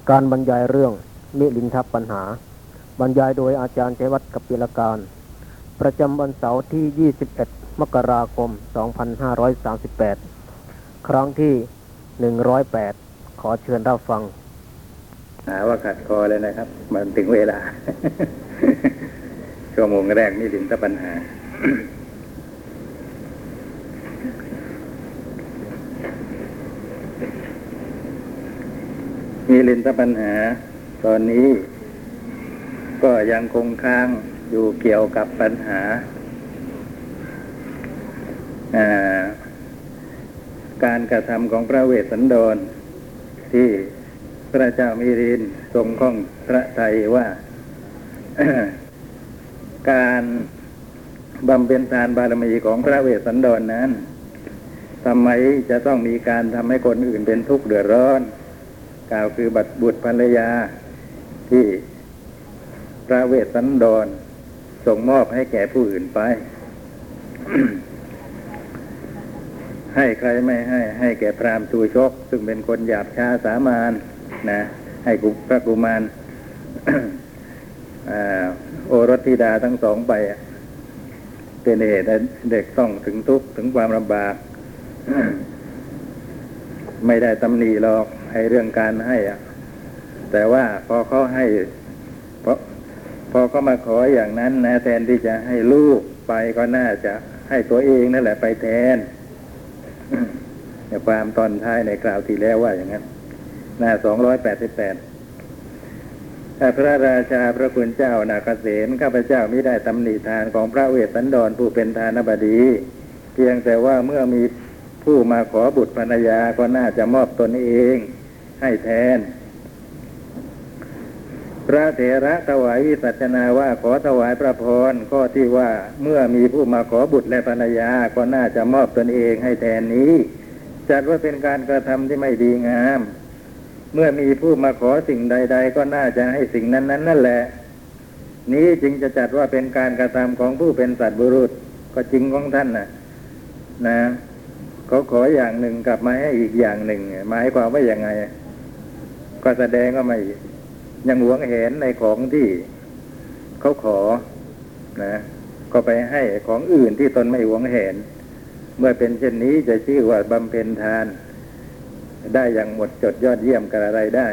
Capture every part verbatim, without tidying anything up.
การบรรยายเรื่องมิลินทปัญหาบรรยายโดยอาจารย์ชัยวัฒน์กัปปิลการประจำวันเสาร์ที่ยี่สิบเอ็ดมกราคมสองพันห้าร้อยสามสิบแปดครั้งที่หนึ่งร้อยแปดขอเชิญรับฟังหาว่าขัดคอเลยนะครับมันถึงเวลา ชั่วโมงแรกมิลินทปัญหา มิลินทปัญหาตอนนี้ก็ยังคงค้างอยู่เกี่ยวกับปัญหาการกระทำของพระเวสสันดรที่พระเจ้ามิลินทรงข้องพระทัยว่า การบำเพ็ญทานบารมีของพระเวสสันดรนั้นทำไมจะต้องมีการทำให้คนอื่นเป็นทุกข์เดือดร้อนกล่าวคือบัตรบุตรภรรยาที่พระเวสสันดรส่งมอบให้แก่ผู้อื่นไป ให้ใครไม่ให้ให้แก่พราหมณ์ชูชกซึ่งเป็นคนหยาบช้าสามานนะให้พระกุมาร โอรสธิดาทั้งสองไปเป็นเหตุเด็กต้องถึงทุกข์ถึงความลำบาก ไม่ได้ตำหนิหรอกให้เรื่องการให้อะแต่ว่าพอเขาให้พอพอเขามาขออย่างนั้นนะแทนที่จะให้ลูกไปก็น่าจะให้ตัวเองนั่นแหละไปแทน ในความตอนท้ายในกล่าวที่แล้วว่าอย่างนั้นหน้าสองร้อยแปดสิบแปดพระราชาพระคุณเจ้านาคเสนข้าพเจ้ามิได้ตำหนิทานของพระเวสสันดรผู้เป็นทานบดีเพียงแต่ว่าเมื่อมีผู้มาขอบุตรภรรยาก็น่าจะมอบตนเองให้แทนพระเถระถวายวิสัชนาว่าขอถวายพระพรข้อที่ว่าเมื่อมีผู้มาขอบุตรและภรรยาก็น่าจะมอบตนเองให้แทนนี้จัดว่าเป็นการกระทำที่ไม่ดีงามเมื่อมีผู้มาขอสิ่งใดๆก็น่าจะให้สิ่งนั้นๆนั่นแหละนี้จึงจะจัดว่าเป็นการกระทำของผู้เป็นสัตว์บุรุษก็จริงของท่านนะนะเขาขออย่างหนึ่งกลับมาให้อีกอย่างหนึ่งหมายความว่าอย่างไงก็แสดงว่าไม่ยังหวงแหนในของที่เขาขอนะก็ไปให้ของอื่นที่ตนไม่หวงแหนเมื่อเป็นเช่นนี้จะชื่อว่าบำเพ็ญทานได้อย่างหมดจดยอดเยี่ยมกับอะไรได้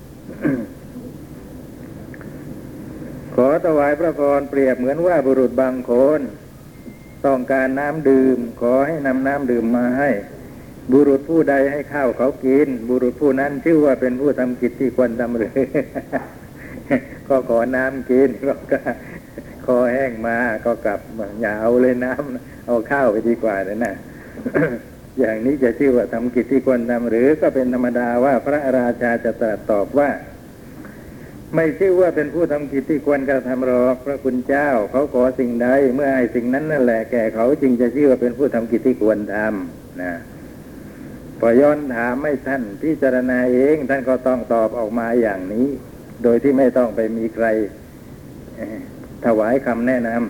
ขอถวายพระพรเปรียบเหมือนว่าบุรุษบางคนต้องการน้ำดื่มขอให้นำน้ำดื่มมาให้บุรุษผู้ใดให้ข้าวเขากินบุรุษผู้นั้นชื่อว่าเป็นผู้ทำกิจที่ควรทำหรือ ก็ขอน้ำกินก็คอแห้งมาก็กลับอย่าเอาเลยน้ำเอาข้าวไปดีกว่าเลยนะ อย่างนี้จะชื่อว่าทำกิจที่ควรทำหรือก็เป็นธรรมดาว่าพระราชาจะตรัสตอบว่าไม่ชื่อว่าเป็นผู้ทำกิจที่ควรกระทำหรอกพระคุณเจ้าเขาขอสิ่งใดเมื่อให้สิ่งนั้นนั่นแหละแก่เขาจึงจะชื่อว่าเป็นผู้ทำกิจที่ควรทำนะพอย้อนถามไม่ท่านพิจารณาเองท่านก็ต้องตอบออกมาอย่างนี้โดยที่ไม่ต้องไปมีใครถวายคำแนะนำ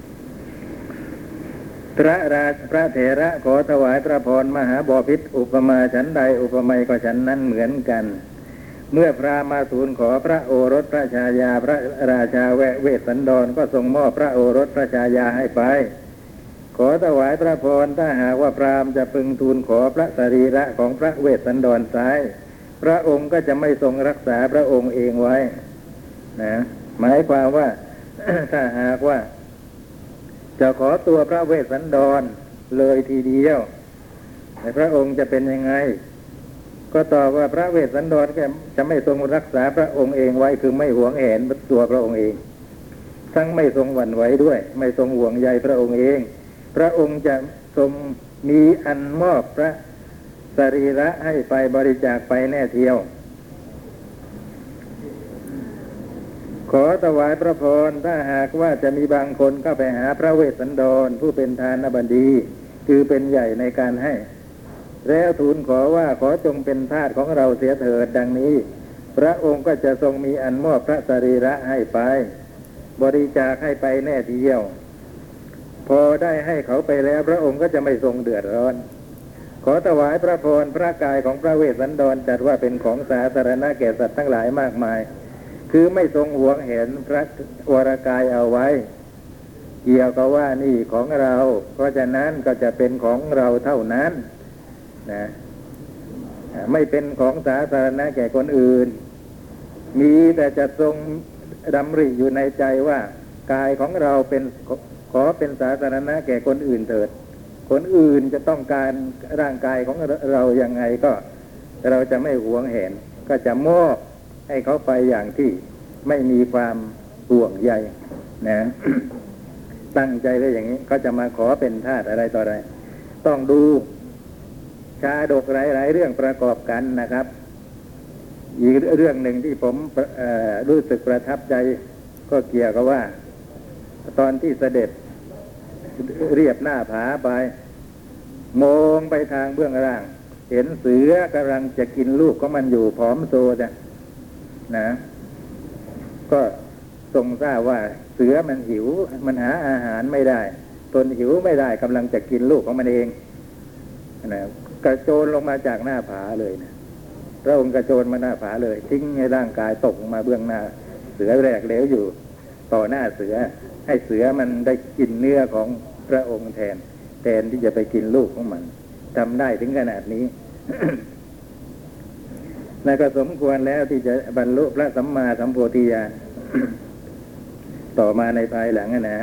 พระราชพระเถระขอถวายพระพรมหาบพิตรอุปมาฉันใดอุปไมยก็ฉันนั้นเหมือนกันเมื่อพระมาทูลขอพระโอรสพระชายาพระราชาแวะเวสสันดรก็ทรงมอบพระโอรสพระชายาให้ไปขอถวายพระพรถ้าหากว่าพราหมณ์จะพึงทูลขอพระสรีระของพระเวสสันดรไซร้พระองค์ก็จะไม่ทรงรักษาพระองค์เองไว้นะหมายความว่า ถ้าหากว่าจะขอตัวพระเวสสันดรเลยทีเดียวพระองค์จะเป็นยังไงก็ตอบว่าพระเวสสันดรแกจะไม่ทรงรักษาพระองค์เองไว้คือไม่หวงแหนตัวพระองค์เองทั้งไม่ทรงหวั่นไหวด้วยไม่ทรงห่วงใยพระองค์เองพระองค์จะทรงมีอันมอบพระสรีระให้ไปบริจาคไปแน่เทียวขอถวายพระพรถ้าหากว่าจะมีบางคนเข้าไปหาพระเวสสันดรผู้เป็นทานบดีคือเป็นใหญ่ในการให้แล้วทูลขอว่าขอจงเป็นทาสของเราเสียเถิดดังนี้พระองค์ก็จะทรงมีอันมอบพระสรีระให้ไปบริจาคให้ไปแน่เดียวพอได้ให้เขาไปแล้วพระองค์ก็จะไม่ทรงเดือดร้อนขอถวายพระพรพระกายของพระเวสสันดรจัดว่าเป็นของสาธารณะแก่สัตว์ทั้งหลายมากมายคือไม่ทรงหวงเห็นพระวรกายเอาไว้เกี่ยวกับว่านี่ของเราเพราะฉะนั้นก็จะเป็นของเราเท่านั้นนะไม่เป็นของสาธารณะแก่คนอื่นมีแต่จะทรงดำริอยู่ในใจว่ากายของเราเป็นขอเป็นสาธารณะแก่คนอื่นเถิดคนอื่นจะต้องการร่างกายของเรายังไงก็เราจะไม่หวงเห็นก็จะมอบให้เขาไปอย่างที่ไม่มีความห่วงใยนะ ตั้งใจไว้อย่างนี้ก็จะมาขอเป็นทาสอะไรต่ออะไรต้องดูชาดกหลายๆเรื่องประกอบกันนะครับอีกเรื่องหนึ่งที่ผมรู้สึกประทับใจก็เกี่ยวกับว่าตอนที่เสด็จเรียบหน้าผาไปมองไปทางเบื้องล่างเห็นเสือกำลังจะกินลูกของมันอยู่ผอมโซเนี่ยนะก็ทรงทราบว่าเสือมันหิวมันหาอาหารไม่ได้ตนหิวไม่ได้กำลังจะกินลูกของมันเองนะกระโจนลงมาจากหน้าผาเลยนะพระองค์กระโจนมาหน้าผาเลยทิ้งให้ร่างกายตกลงมาเบื้องหน้าเสือแรกเหลวอยู่ต่อหน้าเสือให้เสือมันได้กินเนื้อของพระองค์แทนแทนที่จะไปกินลูกของมันทำได้ถึงขนาดนี้ นั่นก็สมควรแล้วที่จะบรรลุพระสัมมาสัมโพธิญาณ ต่อมาในภายหลังนะ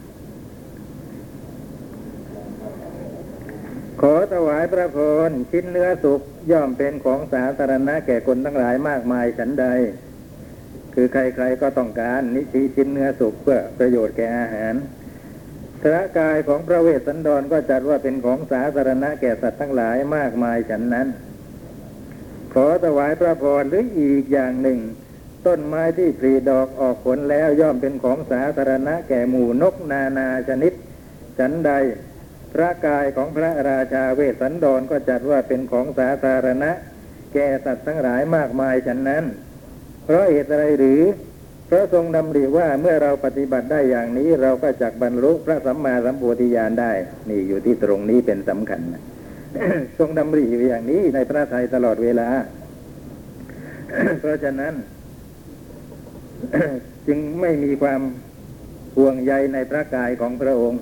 ขอถวายพระพรชิ้นเนื้อสุกย่อมเป็นของสาธารณะแก่คนทั้งหลายมากมายฉันใดคือใครๆก็ต้องการนิธิชิ้นเนื้อสุกเพื่อประโยชน์แก่อาหารพระกายของพระเวสสันดรก็จัดว่าเป็นของสาธารณะแก่สัตว์ทั้งหลายมากมายฉันนั้นขอถวายพระพรหรืออีกอย่างหนึ่งต้นไม้ที่ผลิดอกออกผลแล้วย่อมเป็นของสาธารณะแก่หมู่นกนานาชนิดฉันใดพระกายของพระราชาเวสสันดรก็จัดว่าเป็นของสาธารณะแก่สัตว์ทั้งหลายมากมายฉันนั้นเพราะเหตุอะไรหรือเพราะทรงดำริว่าเมื่อเราปฏิบัติได้อย่างนี้เราก็จักบรรลุพระสัมมาสัมโพธิญาณได้นี่อยู่ที่ตรงนี้เป็นสำคัญนะ ทรงดำริอยู่อย่างนี้ในพระทัยตลอดเวลา เพราะฉะนั้น จึงไม่มีความห่วงใยในพระกายของพระองค์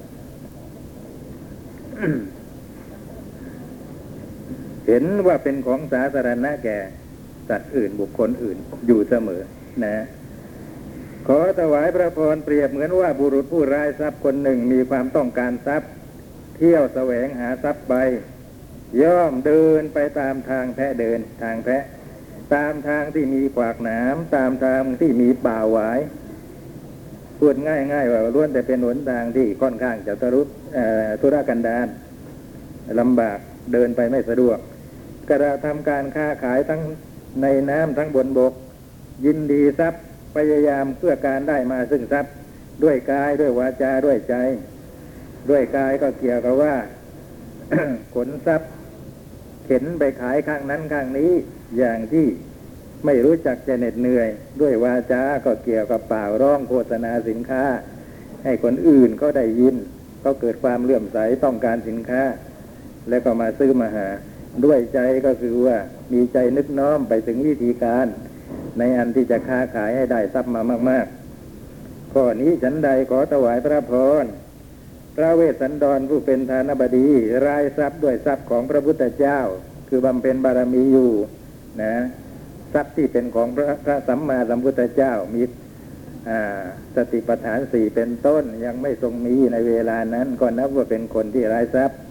เห็นว่าเป็นของสาธารณะแก่สัตว์อื่นบุคคลอื่นอยู่เสมอนะขอถวายพระพรเปรียบเหมือนว่าบุรุษผู้ร้ายทรัพย์คนหนึ่งมีความต้องการทรัพย์เที่ยวแสวงหาทรัพย์ไปย่อมเดินไปตามทางแพะเดินทางแพะตามทางที่มีขวากหนามตามทางที่มีป่าหวายพูดง่ายๆว่าล้วนแต่เป็นหนทางที่ค่อนข้างจะทะลุธุรกันดารลำบากเดินไปไม่สะดวกกระทำการค้าขายทั้งในน้ำทั้งบนบกยินดีทรัพย์พยายามเพื่อการได้มาซึ่งทรัพย์ด้วยกายด้วยวาจาด้วยใจด้วยกายก็เกี่ยวกับว่า ขนทรัพย์เข็นไปขายข้างนั้นข้างนี้อย่างที่ไม่รู้จักจะเหน็ดเหนื่อยด้วยวาจาก็เกี่ยวกับเปล่าร้องโฆษณาสินค้าให้คนอื่นก็ได้ยินก็เกิดความเลื่อมใสต้องการสินค้าแล้วก็มาซื้อมาหาด้วยใจก็คือว่ามีใจนึกน้อมไปถึงวิธีการในอันที่จะค้าขายให้ได้ทรัพย์มามากๆข้อนี้ฉันใดขอถวายพระพรพระเวสสันดรผู้เป็นทานบดีรายทรัพย์ด้วยทรัพย์ของพระพุทธเจ้าคือบำเพ็ญบารมีอยู่นะทรัพย์ที่เป็นของพระพระสัมมาสัมพุทธเจ้ามีสติปัฏฐานสี่เป็นต้นยังไม่ทรงมีในเวลานั้นก็นับว่าเป็นคนที่รายทรัพย์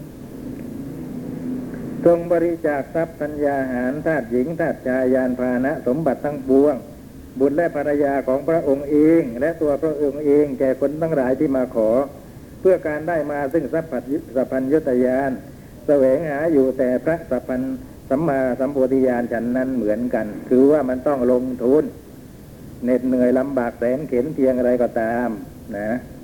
ทรงบริจาคทรัพย์ปัญญาหารทาสหญิงทาสชายยานพาหนะสมบัติทั้งปวงบุตรและภรรยาของพระองค์เองและตัวพระองค์เองแก่คนทั้งหลายที่มาขอเพื่อการได้มาซึ่งทรัพย์สัพพัญญุตญาณแสวงหาอยู่แต่พระสัพพัญสัมมาสัมโพธิญาณฉันนั้นเหมือนกันคือว่ามันต้องลงทุนเหน็ดเหนื่อยลำบากแสนเข็ญเพียงอะไรก็ตามนะ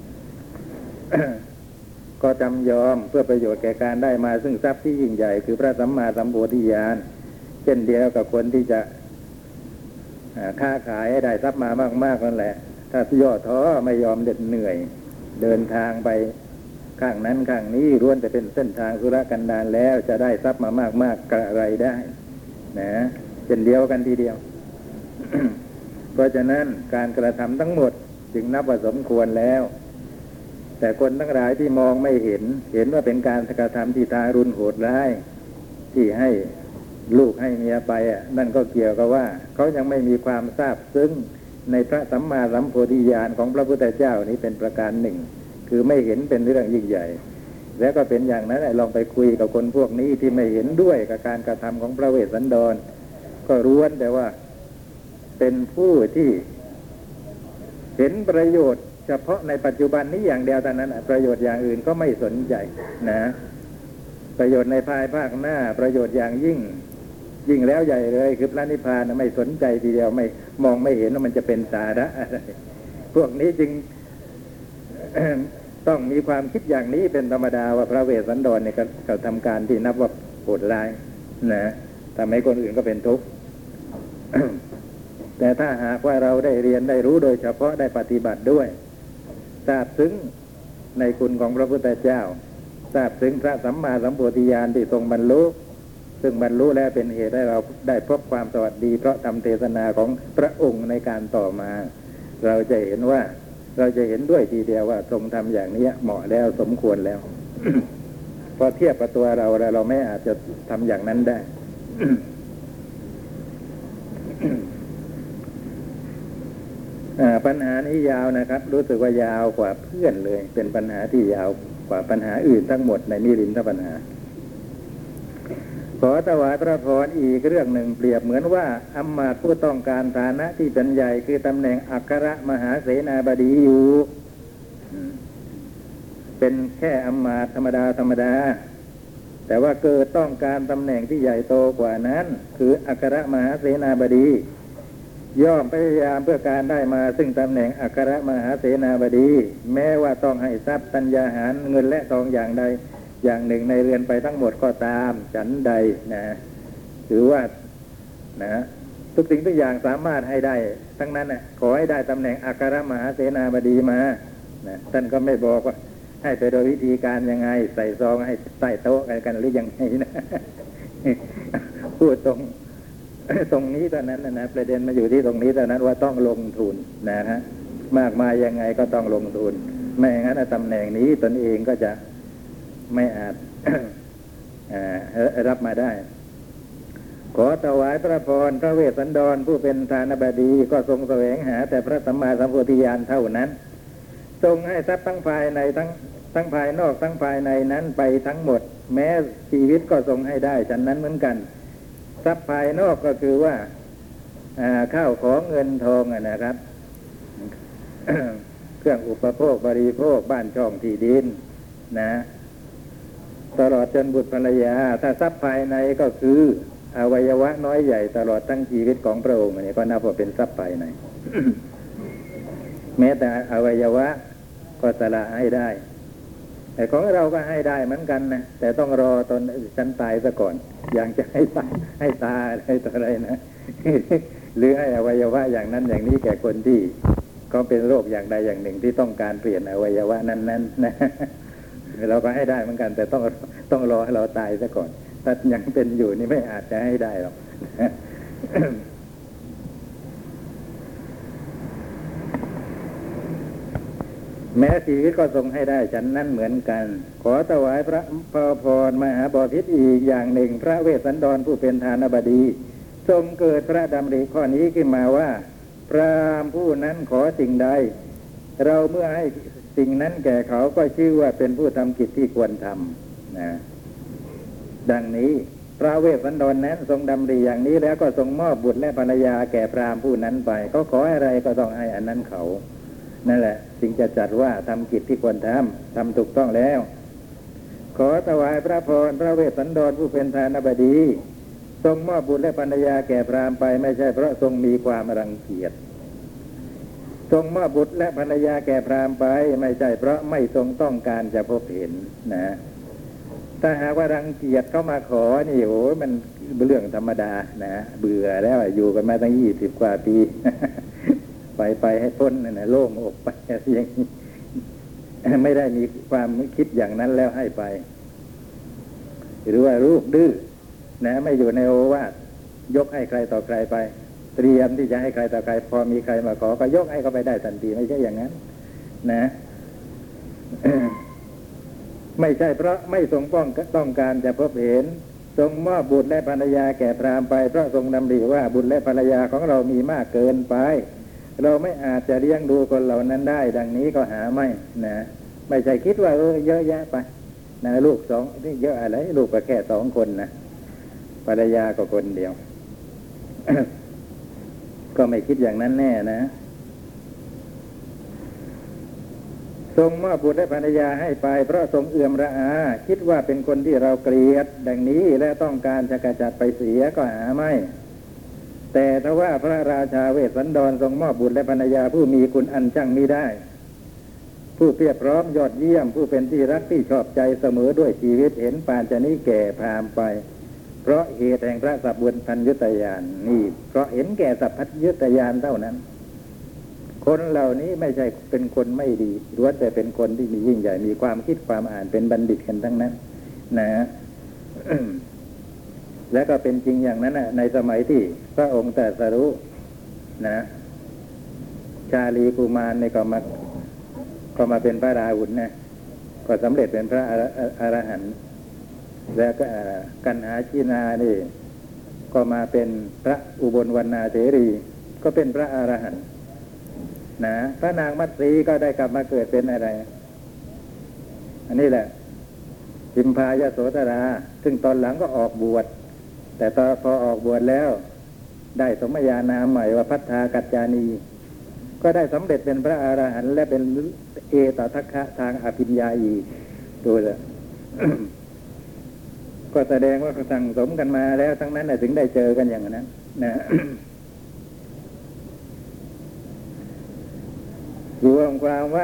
ก็จำยอมเพื่อประโยชน์แก่การได้มาซึ่งทรัพย์ที่ยิ่งใหญ่คือพระสัมมาสัมโพธิญาณเช่นเดียวกับคนที่จะค้าขายให้ได้ทรัพย์มามากๆนั่นแหละถ้าย่อท้อไม่ยอมเด็ดเหนื่อยเดินทางไปข้างนั้นข้างนี้ล้วนแต่เป็นเส้นทางธุรกันดารแล้วจะได้ทรัพย์มามากมากกระไรได้นะเป็นเดียวกันทีเดียว เพราะฉะนั้นการกระทำทั้งหมดจึงนับว่าสมควรแล้วแต่คนทั้งหลายที่มองไม่เห็นเห็นว่าเป็นการกระทำที่ทารุณโหดร้ายที่ให้ลูกให้เมียไปอ่ะนั่นก็เกี่ยวกับว่าเขายังไม่มีความทราบซึ้งในพระสัมมาสัมโพธิญาณของพระพุทธเจ้านี้เป็นประการหนึ่งคือไม่เห็นเป็นเรื่องยิ่งใหญ่แล้วก็เป็นอย่างนั้นลองไปคุยกับคนพวกนี้ที่ไม่เห็นด้วยกับการกระทำของพระเวสสันดรก็ร้วนแต่ว่าเป็นผู้ที่เห็นประโยชน์เฉพาะในปัจจุบันนี้อย่างเดียวเท่านั้นประโยชน์อย่างอื่นก็ไม่สนใจนะประโยชน์ในภายภาคหน้าประโยชน์อย่างยิ่งยิ่งแล้วใหญ่เลยคือพระนิพพานไม่สนใจทีเดียวไม่มองไม่เห็นว่ามันจะเป็นสาระอะไรพวกนี้จึง ต้องมีความคิดอย่างนี้เป็นธรรมดาว่าพระเวสสันดรเนี่ยเขาทำการที่นับว่าโหดร้ายนะทำให้คนอื่นก็เป็นทุกข์ แต่ถ้าหากว่าเราได้เรียนได้รู้โดยเฉพาะได้ปฏิบัติด้วยทราบซึ้งในคุณของพระพุทธเจ้าทราบซึ้งพระสัมมาสัมโพธิญาณที่ทรงบรรลุซึ่งบรรลุแล้วเป็นเหตุให้เราได้พบความสวัสดีเพราะธรรมเทศนาของพระองค์ในการต่อมาเราจะเห็นว่าเราจะเห็นด้วยทีเดียวว่าทรงทำอย่างนี้เหมาะแล้วสมควรแล้ว พอเทียบกับตัวเราแล้วเราไม่อาจจะทำอย่างนั้นได้ ปัญหานี้ยาวนะครับรู้สึกว่ายาวกว่าเพื่อนเลยเป็นปัญหาที่ยาวกว่าปัญหาอื่นทั้งหมดในมิลินทปัญหาขอถวายพระพรอีกเรื่องหนึ่งเปรียบเหมือนว่าอำมาตย์ผู้ต้องการฐานะที่เป็นใหญ่คือตำแหน่งอัครมหาเสนาบดีอยู่เป็นแค่อำมาตย์ธรรมดาธรรมดาแต่ว่าเกิดต้องการตำแหน่งที่ใหญ่โตกว่านั้นคืออัครมหาเสนาบดีย่อมพยายามเพื่อการได้มาซึ่งตำแหน่งอัครมหาเสนาบดีแม้ว่าต้องให้ทรัพย์ปัญญาหารเงินและทองอย่างใดอย่างหนึ่งในเรือนไปทั้งหมดก็ตามฉันใดนะถือว่านะทุกสิ่งทุกอย่างสามารถให้ได้ทั้งนั้นนะขอให้ได้ตำแหน่งอัครมหาเสนาบดีมานะท่านก็ไม่บอกว่าให้ไปโดยวิธีการยังไงใส่ซองให้ใต้โต๊ะกันหรือยังไงนะ พูดตรง ตรงนี้เท่านั้นนะประเด็นมาอยู่ที่ตรงนี้เท่านั้นว่าต้องลงทุนนะฮะมากมายยังไงก็ต้องลงทุนไม่อย่างนั้นตำแหน่งนี้ตนเองก็จะไม่อาจ รับมาได้ขอถวายพระพรพระเวสสันดรผู้เป็นทานบดีก็ทรงแสวงหาแต่พระสัมมาสัมโพธิญาณเท่านั้นทรงให้ทรัพย์ทั้งภายในทั้งทั้งภายนอกทั้งภายในนั้นไปทั้งหมดแม้ชีวิตก็ทรงให้ได้ฉะนั้นเหมือนกันทรัพย์ภายนอกก็คือว่าข้าวของเงินทองนะครับ เครื่องอุปโภคบริโภคบ้านช่องที่ดินนะตลอดจนบุตรภรรยาถ้าทรัพย์ภายในก็คืออวัยวะน้อยใหญ่ตลอดทั้งชีวิตของพระองค์นี่ก็นับว่าเป็นทรัพย์ภายใน แม้แต่อวัยวะก็สละให้ได้แต่ของเราก็ให้ได้เหมือนกันนะแต่ต้องรอตอนฉันตายซะก่อนอย่างจะให้ตาให้ตาอะไรต่ออะไรนะ หรือให้อวัยวะอย่างนั้นอย่างนี้แก่คนที่เขาเป็นโรคอย่างใดอย่างหนึ่งที่ต้องการเปลี่ยนอวัยวะนั้นๆนะเราก็ให้ได้เหมือนกันแต่ต้องต้องรอให้เราตายซะก่อนถ้ายังเป็นอยู่นี่ไม่อาจจะให้ได้หรอก แม้ชีวิตก็ทรงให้ได้ฉันนั้นเหมือนกันขอถวายพระพรพรมหาบพิตรอีกอย่างหนึ่งพระเวสสันดรผู้เป็นทานบดีทรงเกิดพระดำริข้อนี้ขึ้นมาว่าพราหมณ์ผู้นั้นขอสิ่งใดเราเมื่อให้สิ่งนั้นแก่เขาก็ชื่อว่าเป็นผู้ทำกิจที่ควรทำนะดังนี้พระเวสสันดรนั้นทรงดำริอย่างนี้แล้วก็ทรงมอบบุตรและภรรยาแก่พราหมณ์ผู้นั้นไปเขาขออะไรก็ต้องให้อันนั้นเขานั่นแหละจึงจะจัดว่าทำกิจที่ควรทำทำถูกต้องแล้วขอถวายพระพรพระเวสสันดรผู้เป็นทานบดีทรงมอบบุตรและภรรยาแก่พราหมณ์ไปไม่ใช่เพราะทรงมีความรังเกียจทรงมอบบุตรและภรรยาแก่พราหมณ์ไปไม่ใช่เพราะไม่ทรงต้องการจะพบเห็นนะถ้าหากว่ารังเกียจเข้ามาขอนี่โอ้มันเรื่องธรรมดานะเบื่อแล้วอยู่กันมาตั้งยี่สิบกว่าปี ไปไปให้พ้นนะโล่งอกไปอย่างนี้ไม่ได้มีความคิดอย่างนั้นแล้วให้ไปหรือว่ารูปดื้อนะไม่อยู่ในโอวาทยกให้ใครต่อใครไปเตรียมที่จะให้ใครต่อใครพอมีใครมาขอก็ยกให้เขาไปได้ทันทีไม่ใช่อย่างนั้นนะ ไม่ใช่เพราะไม่ทรงป้องต้องการจะพบเห็นทรงมอบบุตรและภรรยาแก่พราหมณ์ไปเพราะทรงดำริว่าบุตรและภรรยาของเรามีมากเกินไปเราไม่อาจจะเลี้ยงดูคนเหล่านั้นได้ดังนี้ก็หาไม่นะไม่ใช่คิดว่าเออเยอะแยะไปนะลูกสองนี่เยอะอะไรลูกก็แค่สองคนนะภรรยาก็คนเดียว ก็ไม่คิดอย่างนั้นแน่นะทรงมอบบุตรและภรรยาให้ไปเพราะทรงเอื่อมระอาคิดว่าเป็นคนที่เราเกลียดดังนี้และต้องการจะกระจัดไปเสียก็หาไม่แต่ถ้าว่าพระราชาเวสสันดรทรงมอบบุตรและภรรยาผู้มีคุณอันชั่งมิได้ผู้เพียรพร้อมยอดเยี่ยมผู้เป็นที่รักที่ชอบใจเสมอด้วยชีวิตเห็นปานจะนี้แก่พราหมณ์ไปเพราะเหตุแห่งพระสัพพัญญุตญาณนี่เพราะเห็นแก่สัพพัญญุตญาณเท่านั้นคนเหล่านี้ไม่ใช่เป็นคนไม่ดีล้วนแต่เป็นคนที่มียิ่งใหญ่มีความคิดความอ่านเป็นบัณฑิตกันทั้งนั้นนะ และก็เป็นจริงอย่างนั้นนะในสมัยที่พระองค์ตรัสรู้นะชาลีกุมารในก็มาก็มาเป็นพระราหุลนะก็สำเร็จเป็นพระอรหันต์แล้วก็กันหาชีนานี่ก็มาเป็นพระอุบลวรรณาเถรีก็เป็นพระอรหันต์นะพระนางมัตสีก็ได้กลับมาเกิดเป็นอะไรอันนี้แหละพิมพายโสธราซึ่งตอนหลังก็ออกบวชแต่ตอนพอออกบวชแล้วได้สมญานามใหม่ว่าพัทธากัจจานีก็ได้สำเร็จเป็นพระอรหันต์และเป็นเอตทัคคะทางอภิญญาอีดูเลย ก็แสดงว่าสั่งสมกันมาแล้วทั้งนั้นถึงได้เจอกันอย่างนั้นนะ รวมความว่า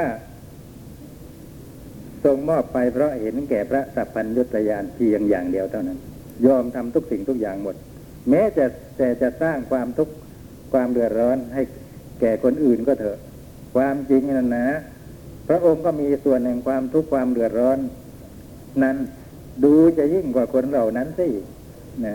ทรงมอบไปเพราะเห็นแก่พระสัพพัญญุตญาณเพียงอย่างเดียวเท่านั้นยอมทำทุกสิ่งทุกอย่างหมดแม้จะแต่จะสร้างความทุกข์ความเดือดร้อนให้แก่คนอื่นก็เถอะความจริงนั่นนะพระองค์ก็มีส่วนแห่งความทุกข์ความเดือดร้อนนั้นดูจะยิ่งกว่าคนเหล่านั้นสินะ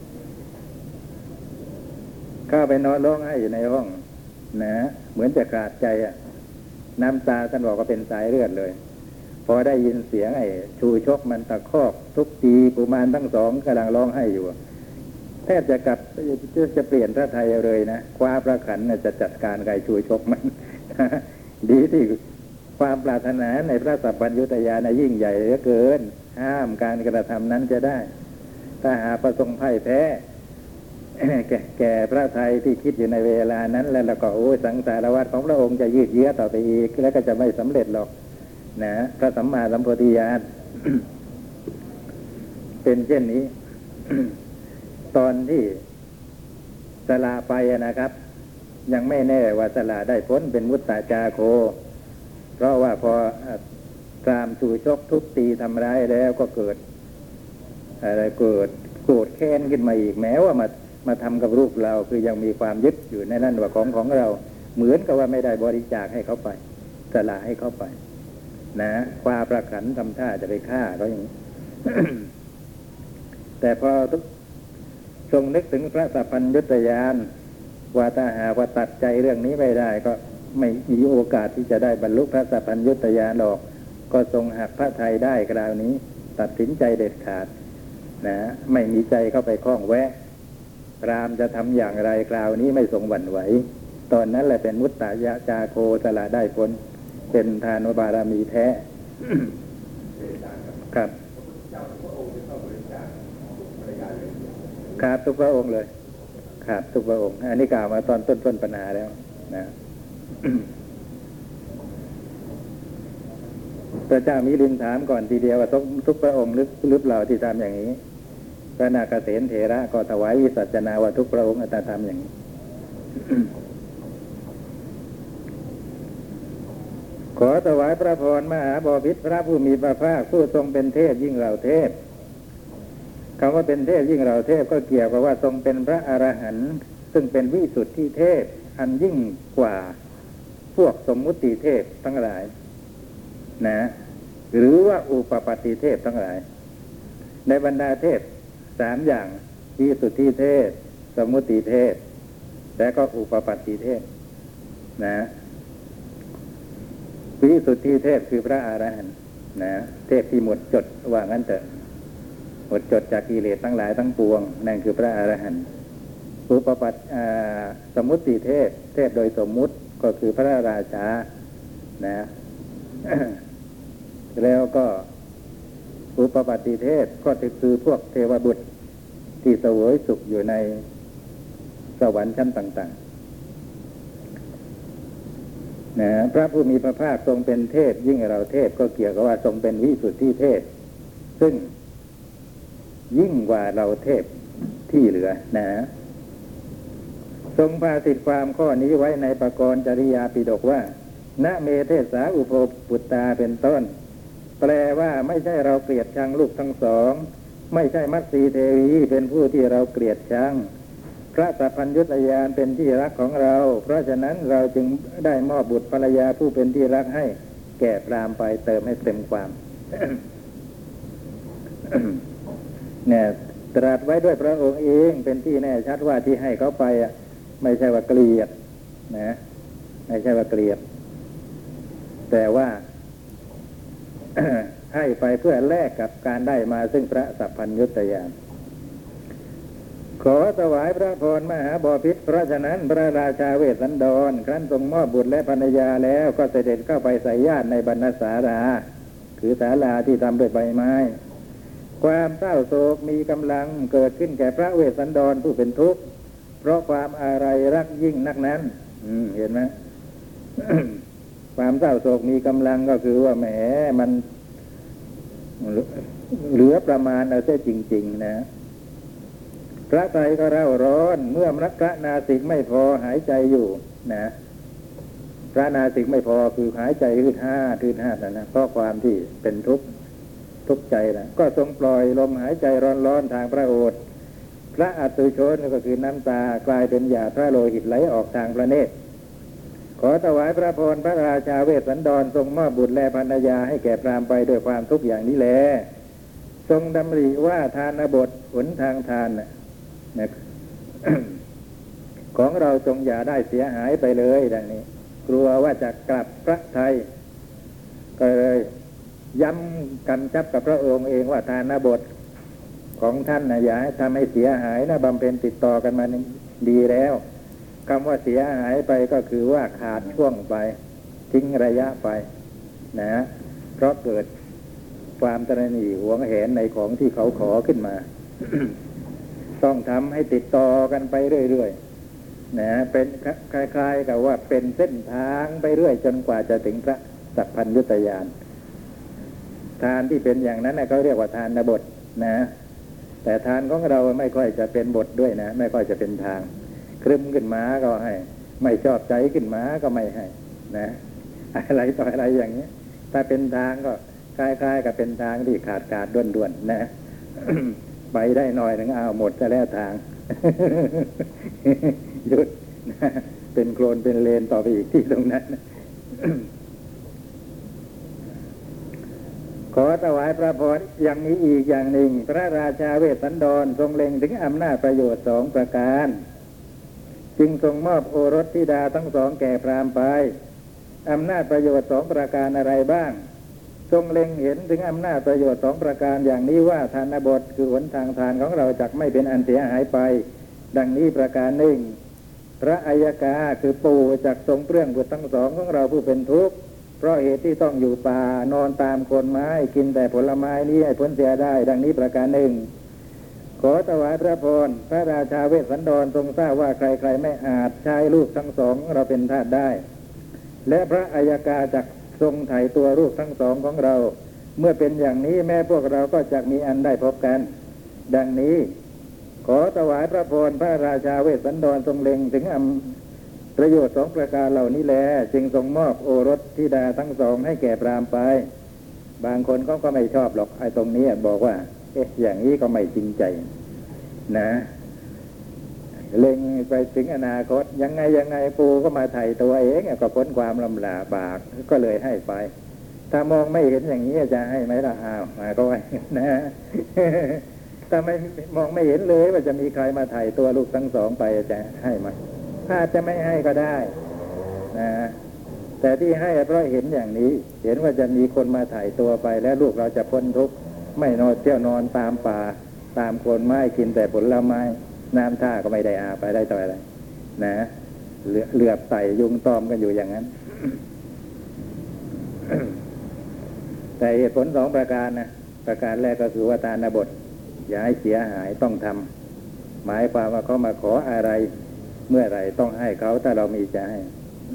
เข้าไปนอนร้องไห้อยู่ในห้องนะเหมือนจะขาดใจอ่ะน้ำตาท่านบอกว่าเป็นสายเลือดเลยพอได้ยินเสียงไอ้ชูชกมันตะคอกทุกทีกุมารทั้งสองกำลังร้องไห้อยู่แทบจะกลับจะเปลี่ยนพระทัยเลยนะคว้าพระขันจะจัดการไก่ชูชกมัน ดีที่ความปรารถนาในพระสัพพัญญุตญาณยิ่งใหญ่เหลือเกินห้ามการกระทำนั้นจะได้ถ้าหาประสงค์พ่ายแพ้ แก่แก่พระทัยที่คิดอยู่ในเวลานั้นแล้วเราก็โอ้สังสารวัฏของพระองค์จะยืดเยื้อต่อไปอีกแล้วก็จะไม่สำเร็จหรอกนะพระสัมมาสัมโพธิญาณ เป็นเช่นนี้ ตอนที่สละไปนะครับยังไม่แน่ว่าสละได้พ้นเป็นมุตตาจาโคเพราะว่าพอพราหมณ์ชูชกทุบตีทำร้ายแล้วก็เกิดอะไรเกิดโกรธแค้นขึ้นมาอีกแม้ว่ามามาทำกับลูกเราคือยังมีความยึดอยู่ในนั่นว่าของของเราเหมือนกับว่าไม่ได้บริจาคให้เขาไปสละให้เขาไปนะความประขันทำท่าจะไปฆ่าเขาอย่างนี้ แต่พอทรงนึกถึงพระสัพพัญญุตญาณว่าถ้าหากว่าตัดใจเรื่องนี้ไม่ได้ก็ไม่มีโอกาสที่จะได้บรรลุพระสัพพัญญุตญาณหรอกก็ทรงหักพระทัยได้คราวนี้ตัดสินใจเด็ดขาดนะไม่มีใจเข้าไปคล้องแวะพราหมณ์จะทำอย่างไรคราวนี้ไม่ทรงหวั่นไหวตอนนั้นแหละเป็นมุตตายะจาโคสละได้พ้นเป็นทานบารมีแท้ ครับครับทุกพระองค์เลยครับทุกพระองค์อันนี้กล่าวมาตอนต้นต้นปัญหาแล้วนะ พระเจ้ามิลินถามก่อนทีเดียวว่าทุกทุกพระองค์หรือหรือเปล่าที่ทำอย่างนี้พระนาคเษนเถระก็ถวายวิสัชนาว่าทุกพระองค์อาจจะทำอย่างนี้ ขอถวายพระพรมหาบพิตรพระผู้มีพระภาคผู้ทรงเป็นเทพยิ่งเหล่าเทพคำว่าเป็นเทพยิ่งเหล่าเทพก็เกี่ยวกับว่าทรงเป็นพระอรหันต์ซึ่งเป็นวิสุทธิเทพอันยิ่งกว่าพวกสมมุติเทพทั้งหลายนะหรือว่าอุปปัตติเทพทั้งหลายในบรรดาเทพสามอย่างวิสุทธิเทพสมุติเทพและก็อุปปัตติเทพนะวิสุทธิเทพคือพระอรหันต์นะเทพที่หมดจดว่างั้นเถอะหมดจดจากกิเลสทั้งหลายทั้งปวงนั่นคือพระอรหันต์อุปปัตติสมุติเทพเทพโดยสมมุติก็คือพระราชานะ แล้วก็อุปปัตติเทพก็คือพวกเทวบุตรที่เสวยสุขอยู่ในสวรรค์ชั้นต่างๆนะพระผู้มีพระภาคทรงเป็นเทพยิ่งเราเทพก็เกี่ยวกับว่าทรงเป็นวิสุทธิเทพซึ่งยิ่งกว่าเราเทพที่เหลือนะทรงพาสิทธิความข้อนี้ไว้ในปกรณ์จริยาปิฎกว่าณเมเทสาอุโภปุตตาเป็นต้นแปลว่าไม่ใช่เราเกลียดชังลูกทั้งสองไม่ใช่มัตสีเทวีเป็นผู้ที่เราเกลียดชังพระสัพพัญญุตญาณเป็นที่รักของเราเพราะฉะนั้นเราจึงได้มอบบุตรภรรยาผู้เป็นที่รักให้แก่พราหมณ์ไปเติมให้เต็มความ เนี่ยตรัสไว้ด้วยพระองค์เองเป็นที่แน่ชัดว่าที่ให้เขาไปอ่ะไม่ใช่ว่าเกลียดนะไม่ใช่ว่าเกลียดแต่ว่า ให้ไปเพื่อแลกกับการได้มาซึ่งพระสัพพัญญุตญาณขอถวายพระพรมหาบพิตรเพราะฉะนั้นพระราชาเวสสันดรครั้นทรงมอบบุตรและภรรยาแล้วก็เสด็จเข้าไปใส่ญาติในบรรณศาลาคือศาลาที่ทำด้วยใบไม้ความเศร้าโศกมีกำลังเกิดขึ้นแก่พระเวสสันดรผู้เป็นทุกข์เพราะความอะไรรักยิ่งนักนั้นเห็นไหม ความเศร้าโศกมีกำลังก็คือว่าแหมมันเหลือประมาณเอาเสียจริงๆนะพระไตรก็เร่าร้อนเมื่อพระนาสิกไม่พอหายใจอยู่นะพระนาสิกไม่พอคือหายใจทืดห้าทืดห้าแต่นะเพราะความที่เป็นทุกข์ทุกข์ใจนะก็ทรงปล่อยลมหายใจร้อนๆทางพระโอษฐ์พระอัศวิโชนก็คือน้ำตากลายเป็นหยาดพระโลหิตไหลออกทางพระเนตรขอถวายพระพรพระราชาเวสสันดรทรงมอบบุตรและภรรยาให้แก่พราหมณ์ไปด้วยความทุกข์อย่างนี้แลทรงดำริว่าทานบทหนทางทานนะนะ ของเราจงอย่าได้เสียหายไปเลยดังนี้กลัวว่าจะกลับพระทัยก็เลยย้ำกำชับกับพระองค์เองว่าทานบทของท่านนะอย่าให้ทำให้เสียหายนะบำเพ็ญติดต่อกันมาดีแล้วคำว่าเสียหายไปก็คือว่าขาดช่วงไปทิ้งระยะไปนะเพราะเกิดความตระหนี่หวงแหนในของที่เขาขอขึ้นมา ต้องทำให้ติดต่อกันไปเรื่อยๆนะเป็นคล้ายๆกับว่าเป็นเส้นทางไปเรื่อยจนกว่าจะถึงพระสัพพัญญุตญาณทานที่เป็นอย่างนั้นนะเขาเรียกว่าทานบทนะแต่ทานของเราไม่ค่อยจะเป็นบทด้วยนะไม่ค่อยจะเป็นทางครึ้มขึ้นมาก็ให้ไม่ชอบใจขึ้นมาก็ไม่ให้นะอะไรต่ออะไรอย่างนี้ถ้าเป็นทางก็คล้ายๆกับเป็นทางที่ขาดขาดด้วนๆนะ ไปได้หน่อยหนึ่งเอาหมดจะแล้วทาง หยุดนะเป็นโคลนเป็นเลนต่อไปอีกที่ตรงนั้น ขอถวายพระพรอย่างนี้อีกอย่างหนึ่งพระราชาเวสสันดรทรงเล็งถึงอำนาจประโยชน์สองประการจึงทรงมอบโอรสธิดาทั้งสองแก่พราหมณ์ไปอำนาจประโยชน์สองประการอะไรบ้างทรงเล็งเห็นถึงอำนาจประโยชน์สองประการอย่างนี้ว่าทานบทคือหนทางทานของเราจักไม่เป็นอันเสียหายไปดังนี้ประการหนึ่งพระอัยกาคือปู่จักทรงเปลื้องบุตรทั้งสองของเราผู้เป็นทุกข์เพราะเหตุที่ต้องอยู่ป่านอนตามโคนไม้กินแต่ผลไม้นี้ให้พ้นเสียได้ดังนี้ประการหนึ่งขอถวายพระพรพระราชาเวสสันดรทรงทราบว่าใครๆไม่อาจใช้ลูกทั้งสองเราเป็นทาสได้และพระอัยกาจักทรงไถ่ตัวลูกทั้งสองของเราเมื่อเป็นอย่างนี้แม้พวกเราก็จักมีอันได้พบกันดังนี้ขอถวายพระพรพระราชาเวสสันดรทรงเล็งถึงอำประโยชน์สองประการเหล่านี้แลจึงทรงมอบโอรสธิดาทั้งสองให้แก่พราหมณ์ไปบางคนเขาก็ไม่ชอบหรอกไอ้ตรงนี้บอกว่าเอ๊ะอย่างนี้ก็ไม่จริงใจนะเล็งไปถึงอนาคตยังไงยังไงปูก็มาไถ่ตัวเองก็พ้นความลำบากก็เลยให้ไปถ้ามองไม่เห็นอย่างนี้จะให้ไหมล่ะอ้าวมาก็ไว้นะถ้าไม่มองไม่เห็นเลยว่าจะมีใครมาถ่ายตัวลูกทั้งสองไปจะให้ไหมถ้าจะไม่ให้ก็ได้นะแต่ที่ให้เพราะเห็นอย่างนี้เห็นว่าจะมีคนมาถ่ายตัวไปแล้วลูกเราจะพ้นทุกข์ไม่นอนเที่ยวนอนตามป่าตามโคนไม้กินแต่ผลไม้น้ำท่าก็ไม่ได้อาไปได้ต่ออะไรนะเหลือเหลือบใส่ยุงตอมกันอยู่อย่างนั้น แต่เหตุผลสองประการนะประการแรกก็คือว่าทานบทอย่าให้เสียหายต้องทำหมายความว่าเขามาขออะไรเมื่อไหร่ต้องให้เขาถ้าเรามีจะให้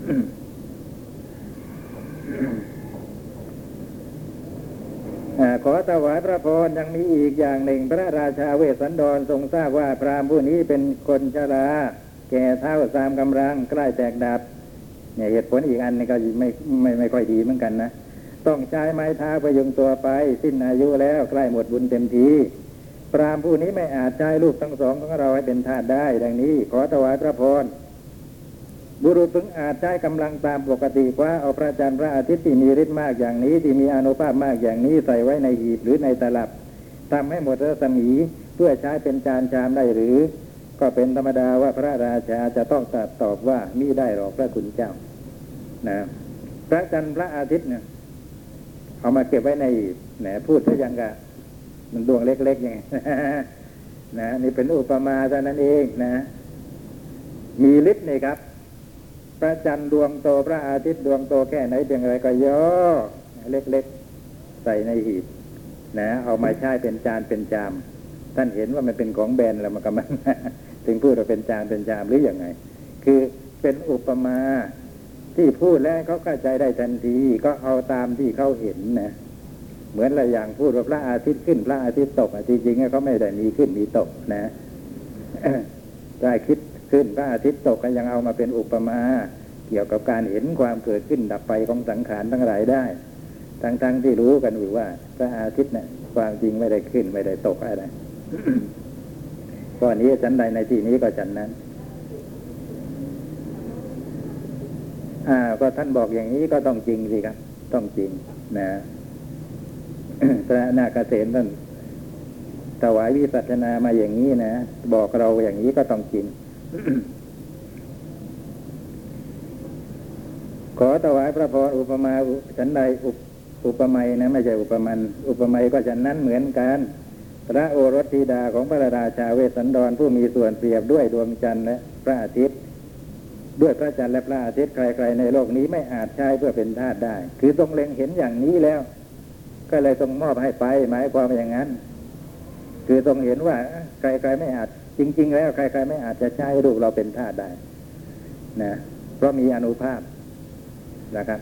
ขอถวายพระพรยังมีอีกอย่างหนึ่งพระราชาเวสสันดรทรงทราบว่าพราหมณ์ผู้นี้เป็นคนชราแก่เฒ่าตามกำลังใกล้แตกดับเนี่ยเหตุผลอีกอันนึงก็ไม่ไม่ไม่ค่อยดีเหมือนกันนะต้องใช้ไม้เท้าพยุงตัวไปสิ้นอายุแล้วใกล้หมดบุญเต็มทีพราหมณ์ผู้นี้ไม่อาจใช้ลูกทั้งสองของเราให้เป็นทาสได้ดังนี้ขอถวายพระพรบุรุษพึงอาจใช้กำลังตามปกติว่าเอาพระจันทร์พระอาทิตย์ที่มีฤทธิ์มากอย่างนี้ที่มีอานุภาพมากอย่างนี้ใส่ไว้ในหีบหรือในตลับทำให้หมดรัศมีเพื่อใช้เป็นจานชามได้หรือก็เป็นธรรมดาว่าพระราชาจะต้องตรัสตอบว่ามิได้หรอกพระคุณเจ้านะพระจันทร์พระอาทิตย์เนี่ยเอามาเก็บไว้ในแหนพูดซะยังกะมันดวงเล็กๆยังไง นะนี่เป็นอุปมาเท่านั้นเองนะมีฤทธิ์นี่ครับพระจันทร์ดวงโตพระอาทิตย์ดวงโตแค่ไหนเพียงไรก็ย่อเล็กๆใส่ในหีบนะเอามาใช้เป็นจานเป็นจามท่านเห็นว่ามันเป็นของแบนแล้วมันก็มันถึงพูดว่าเป็นจานเป็นจามหรืออย่างไงคือเป็นอุปมาที่พูดแล้วเขาเข้าใจได้ทันทีก็เอาตามที่เขาเห็นนะเหมือนอะไรอย่างพูดว่าพระอาทิตย์ขึ้นพระอาทิตย์ตกจริงๆเขาไม่ได้มีขึ้นมีตกนะได้คิดขึ้นพระอาทิตย์ตกก็ยังเอามาเป็นอุปมาเกี่ยวกับการเห็นความเกิดขึ้นดับไปของสังขารทั้งหลายได้ทั้งๆที่รู้กันอยู่ว่าพระอาทิตย์เนี่ยความจริงไม่ได้ขึ้นไม่ได้ตกอะไร ข้อนี้ฉันใดในที่นี้ก็ฉันนั้นอ่าก็ท่านบอกอย่างนี้ก็ต้องจริงสิครับต้องจริงนะ พระนาคเษนท่านถวายวิสัชนามาอย่างนี้นะบอกเราอย่างนี้ก็ต้องจริง ขอถวายพระพรอุปมาฉันใดอุปอุปไมยนะไม่ใช่อุปมันอุปไมยก็ฉันนั้นเหมือนกันพระโอรสธิดาของพระราชาเวสสันดรผู้มีส่วนเปรียบด้วยดวงจันทร์และพระอาทิตย์ด้วยพระจันทร์และพระอาทิตย์ใครๆในโลกนี้ไม่อาจใช้เพื่อเป็นทาสได้คือทรงเล็งเห็นอย่างนี้แล้วก็เลยทรงมอบให้ไปหมายความอย่างนั้นคือทรงเห็นว่าใครๆไม่อาจจริงๆแล้วใครๆไม่อาจจะใช้ลูกเราเป็นทาสได้นะเพราะมีอานุภาพนะครับ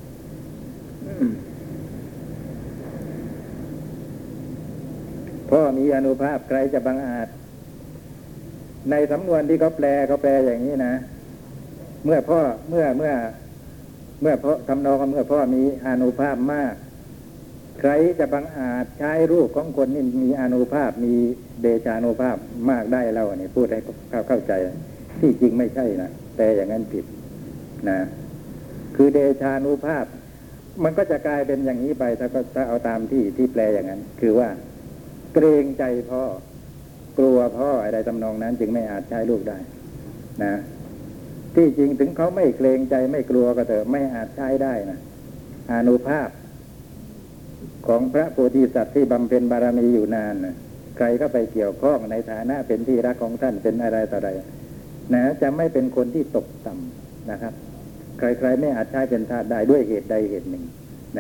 พ่อมีอานุภาพใครจะบังอาจในสำนวนที่เขาแปลเขาแปลอย่างนี้นะเมื่อพ่อเมื่อเมื่อเมื่อพ่อทำนองเมื่อพ่อมีอานุภาพมากใครจะบังอาจใช้รูปของคนนี่มีอานุภาพมีเดชานุภาพมากได้เล่าเนี่ยพูดให้เข้าเข้าใจที่จริงไม่ใช่นะแต่อย่างนั้นผิดนะคือเดชานุภาพมันก็จะกลายเป็นอย่างนี้ไปถ้าก็ถ้าเอาตามที่ที่แปลอย่างนั้นคือว่าเกรงใจพ่อกลัวพ่ออะไรทำนองนั้นจึงไม่อาจใช้ลูกได้นะที่จริงถึงเขาไม่เกรงใจไม่กลัวก็เถอะไม่อาจใช้ได้นะอานุภาพของพระโพธิสัตว์ที่บำเพ็ญบารมีอยู่นานนะใครก็ไปเกี่ยวข้องในฐานะเป็นที่รักของท่านเป็นอะไรต่ออะไรนะจะไม่เป็นคนที่ตกต่ำนะครับใครๆไม่อาจใช้เป็นทาสได้ด้วยเหตุใดเหตุหนึ่งนะ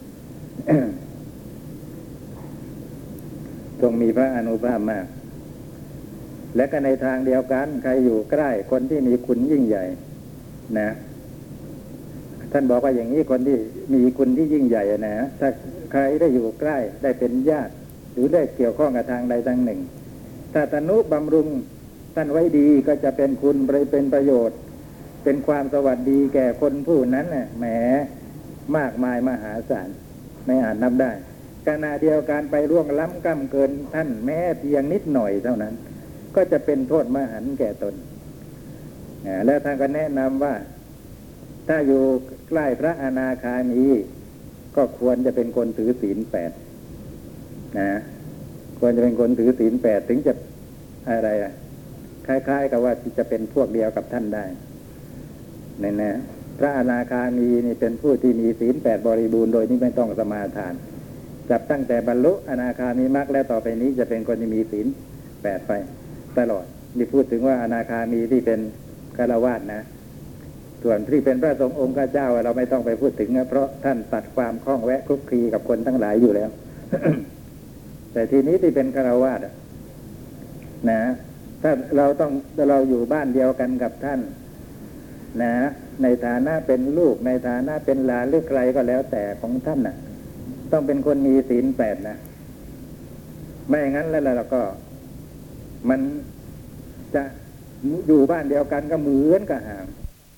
ทรงมีพระอานุภาพมากและก็ในทางเดียวกันใครอยู่ใกล้คนที่มีคุณยิ่งใหญ่นะท่านบอกว่าอย่างนี้คนที่มีคุณที่ยิ่งใหญ่นะถ้าใครได้อยู่ใกล้ได้เป็นญาติหรือได้เกี่ยวข้องกับทางใดทางหนึ่งถ้าตนุบำรุงท่านไว้ดีก็จะเป็นคุณเป็นประโยชน์เป็นความสวัสดีแก่คนผู้นั้นน่ะแหมมากมายมหาศาลไม่อาจนับได้ขณะเดียวกันไปล่วงล้ำก้ำเกินท่านแม้เพียงนิดหน่อยเท่านั้นก็จะเป็นโทษมหันต์แก่ตนแล้วท่านก็แนะนำว่าถ้าอยู่ใกล้พระอนาคามีก็ควรจะเป็นคนถือศีลแปดนะควรจะเป็นคนถือศีลแปดถึงจะอะไรอ่ะคล้ายๆกับว่าจะเป็นพวกเดียวกับท่านได้นั่นนะพระอนาคามีนี่เป็นผู้ที่มีศีลแปดบริบูรณ์โดยที่ไม่ต้องสมาทานจับตั้งแต่บรรลุอนาคามีมรรคแล้วต่อไปนี้จะเป็นคนที่มีศีลแปดไปตลอดนี่พูดถึงว่าอนาคามีที่เป็นฆราวาสนะส่วนที่เป็นพระสงฆ์องค์เจ้าเราไม่ต้องไปพูดถึงนะเพราะท่านตัดความคล้องแวะคลุกคลีกับคนทั้งหลายอยู่แล้ว แต่ทีนี้ที่เป็นฆราวาสนะถ้าเราต้องเราอยู่บ้านเดียวกันกับท่านนะในฐานะเป็นลูกในฐานะเป็นหลานหรือใครก็แล้วแต่ของท่านน่ะต้องเป็นคนมีศีลแปดนะไม่อย่างนั้นแล้วเราก็มันจะอยู่บ้านเดียวกันก็เหมือนกับห่าง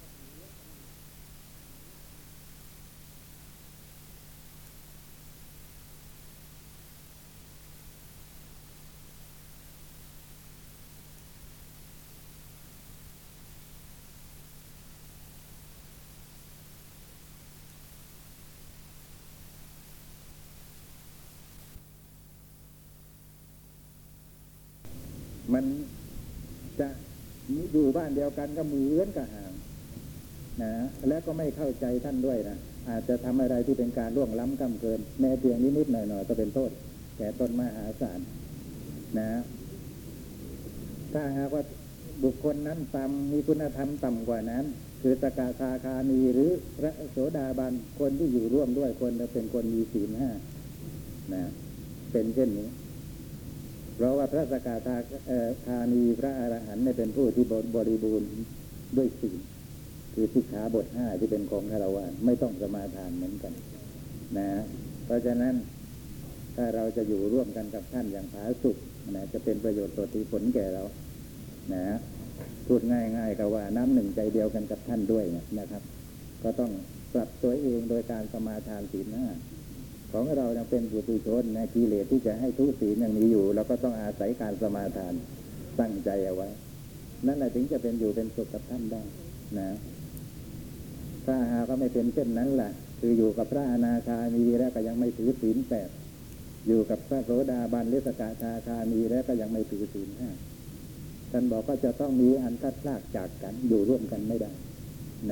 มันจะอยู่บ้านเดียวกันก็เหมือนกับห่างนะและก็ไม่เข้าใจท่านด้วยนะอาจจะทำอะไรที่เป็นการล่วงล้ำก้ำเกินแม้เพียงนิดๆหน่อยๆก็เป็นโทษแก่ตนมหาศาลนะถ้าหากว่าบุคคลนั้นต่ำมีคุณธรรมต่ำกว่านั้นคือสกทาคามีหรือพระโสดาบันคนที่อยู่ร่วมด้วยคนจะเป็นคนมีศีลห้านะเป็นเช่นนี้เพราะว่าพระสกทาคามีพระอรหันต์เป็นผู้ที่บริบูรณ์ด้วยศีลคือสิกขาบทห้าที่เป็นของฆราวาสไม่ต้องสมาทานเหมือนกันนะเพราะฉะนั้นถ้าเราจะอยู่ร่วมกันกับท่านอย่างผาสุกนะจะเป็นประโยชน์ต่อที่ผลแก่เรานะพูดง่ายๆกับว่าน้ำหนึ่งใจเดียวกันกับท่านด้วยนะครับก็ต้องปรับตัวเองโดยการสมาทานศีลห้าของเรายังเป็นปุถุชนนะกิเลสที่จะให้ทุศีลยังมีอยู่เราก็ต้องอาศัยการสมาทานตั้งใจเอาไว้นั่นแหละถึงจะเป็นอยู่เป็นสุขกับท่านได้นะถ้าหากว่าไม่เป็นเช่นนั้นล่ะคืออยู่กับพระอนาคามีแล้วก็ยังไม่ถือศีลแปดอยู่กับพระโสดาบันหรือสกทาคามีแล้วก็ยังไม่ถือศีลห้าท่านบอกก็จะต้องมีอันคัดลากจากกันอยู่ร่วมกันไม่ได้นะ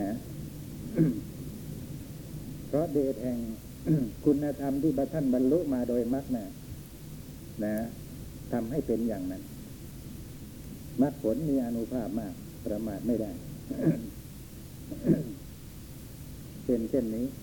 เพราะเดชแห่ง คุณธรรมที่พระท่านบรรลุมาโดยมรรคนะนะทำให้เป็นอย่างนั้นมรรคผลมีอานุภาพมากประมาทไม่ได้ เป็นเช่นนี้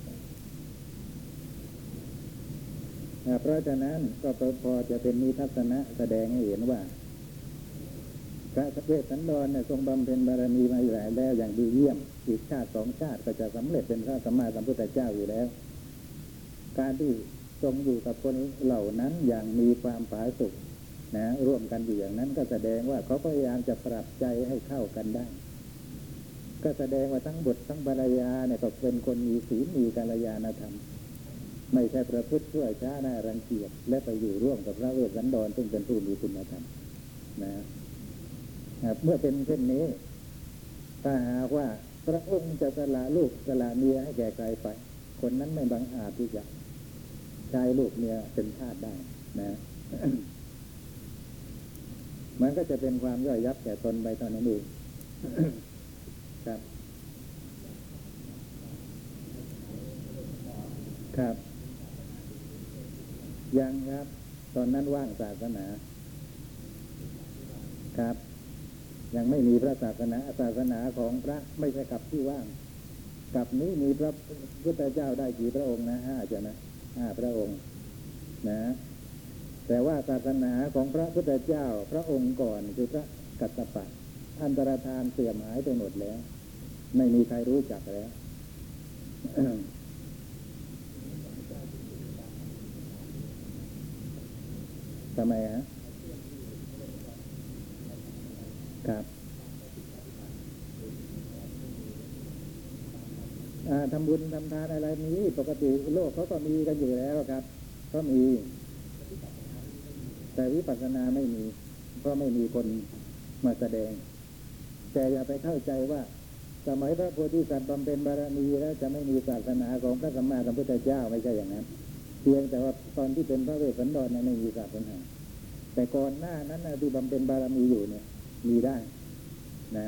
เพราะฉะนั้นก็พอจะเป็นนิทัศนะแสดงให้เห็นว่าพระเวสสันดรเนี่ยทรงบำเพ็ญบารมีมาหลายแล้วอย่างดีเยี่ยมอีกชาติสองชาติก็จะสำเร็จเป็นพระสัมมาสัมพุทธเจ้าอยู่แล้วการที่ทรงอยู่กับคนเหล่านั้นอย่างมีความผาสุกนะร่วมกันอยู่อย่างนั้นก็แสดงว่าเขาพยายามจะปรับใจให้เข้ากันได้ก็แสดงว่าทั้งบุตรทั้งภรรยาเนี่ยก็เป็นคนมีศีลมีกัลยาณธรรมไม่ใช่ประพฤติชั่วช้าน่ารังเกียจและไปอยู่ร่วมกับพระเวสสันดรซึ่งเป็นผู้มีคุณธรรมนะเมื่อเป็นเช่นนี้ถ้าหากว่าพระองค์จะสละลูกสละเมียให้แก่ใครไปคนนั้นไม่บังอาจที่จะใช้ลูกเมียเป็นทาสได้นะ มันก็จะเป็นความย่อยยับแก่ตนไปตอนนั้นเอง ครับครับยังครับตอนนั้นว่างศาสนาครับยังไม่มีพระศาสนาศาสนาของพระไม่ใช่กับที่ว่างกับนี้มีพระพุทธเจ้าได้กี่พระองค์นะห้าจะนะห้าพระองค์นะแต่ว่าศาสนาของพระพุทธเจ้าพระองค์ก่อนคือพระกัสสปะอันตรธานเสื่อมหายไปหมดแล้วไม่มีใครรู้จักแล้ว ทำไมฮะครับทำบุญทำทานอะไรนี้ปกติโลกเขาก็มีกันอยู่แล้วครับก็มีแต่วิปัสสนาไม่มีเพราะไม่มีคนมาแสดงแต่อย่าไปเข้าใจว่าสมัยพระโพธิสัตว์บำเพ็ญบารมีแล้วจะไม่มีศาสนาของพระสัมมาสัมพุทธเจ้าไม่ใช่อย่างนั้นเพียงแต่ว่าตอนที่เป็นพระเวสสันดรนั้นไม่มีศาสนาแต่ก่อนหน้านั้นนะที่บำเพ็ญบารมีอยู่เนี่ยมีได้นะ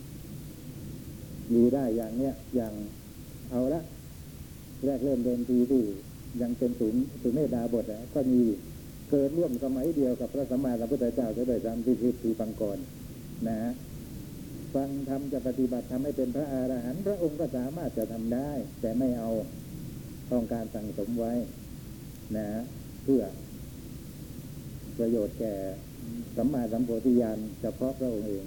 มีได้อย่างเนี้ยอย่างเอาละแรกเริ่มเดินทีที่ยังเป็นศูนย์สุเมธาบทอ่ะก็มีเกิดร่วมสมัยเดียวกับพระสัมมาสัมพุทธเจ้าจะได้ตามที่ทิฏฐิปังกรนะฟังธรรมจะปฏิบัติทำให้เป็นพระอรหันต์พระองค์ก็สามารถจะทำได้แต่ไม่เอาต้องการสั่งสมไว้นะเพื่อประโยชน์แก่สัมมาสัมโพธิญาณเฉพาะพระองค์เอง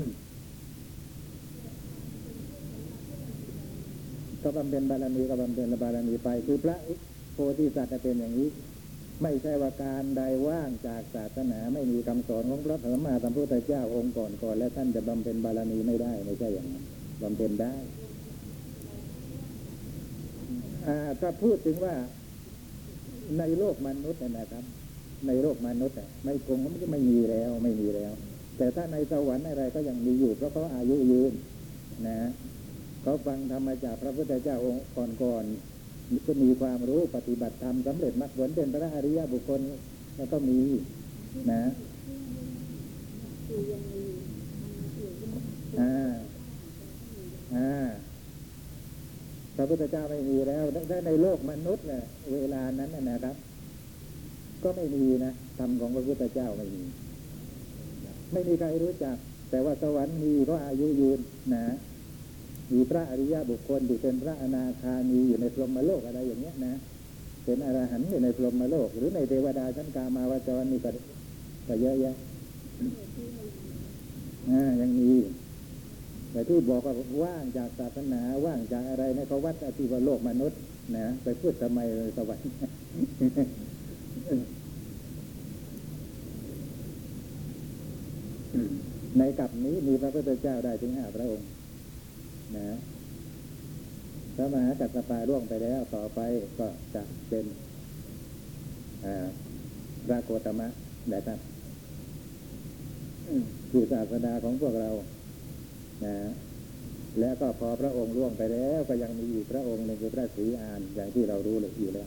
ก็บำเพ็ญบารมีก็บำเพ็ญบารมีไปคือพระโพธิสัตว์จะเป็นอย่างนี้ไม่ใช่ว่าการใดว่างจากศาสนาไม่มีคำสอนของพระสัมมาสัมพุทธเจ้าองค์ก่อนก่อนและท่านจะบำเพ็ญบารมีไม่ได้ไม่ใช่อย่างนั้นบำเพ็ญได้ถ้าพูดถึงว่าในโลกมนุษย์นะครับในโลกมนุษย์ไม่คงมันก็ไม่มีแล้วไม่มีแล้วแต่ถ้าในสวรรค์อะไรก็ยังมีอยู่เพราะเขาอายุยืนนะเขาฟังธรรมจากพระพุทธเจ้าองค์ก่อนๆก็มีความรู้ปฏิบัติธรรมสำเร็จมรรคผลเป็นพระอริยบุคคลแล้วก็มีนะอ่าอ่าพระพุทธเจ้าไม่มีแล้วได้ในโลกมนุษย์เนี่ยเวลานั้นนะครับก็ไม่มีนะธรรมของพระพุทธเจ้าไม่มีไม่มีใครรู้จักแต่ว่าสวรรค์มีเพราะอายุยืนนะมีพระอริยบุคคลที่เป็นพระอนาคามีอยู่ในพรหมโลกอะไรอย่างเงี้ยนะเป็นอรหันต์อยู่ในพรหมโลกหรือในเทวดาชั้นกามาวจรนี่ก็ก็เยอะแยะอ่ายังมีแต่ที่บอกว่าว่างจากศาสนาว่างจากอะไรในเขาวัดอธิวโลกมนุษย์นะไปพูดทำไมเลยสวรรค์ในกลับนี้มีพระพุทธเจ้าได้ถึงห้าพระองค์นะพระมหากัสสปะร่วงไปแล้วต่อไปก็จะเป็นพระโคตมะนะครับคือศาสดาของพวกเรานะแล้วก็พอพระองค์ร่วงไปแล้วก็ยังมีอีกพระองค์หนึ่งคือพระศรีอานอย่างที่เรารู้เลยอยู่แล้ว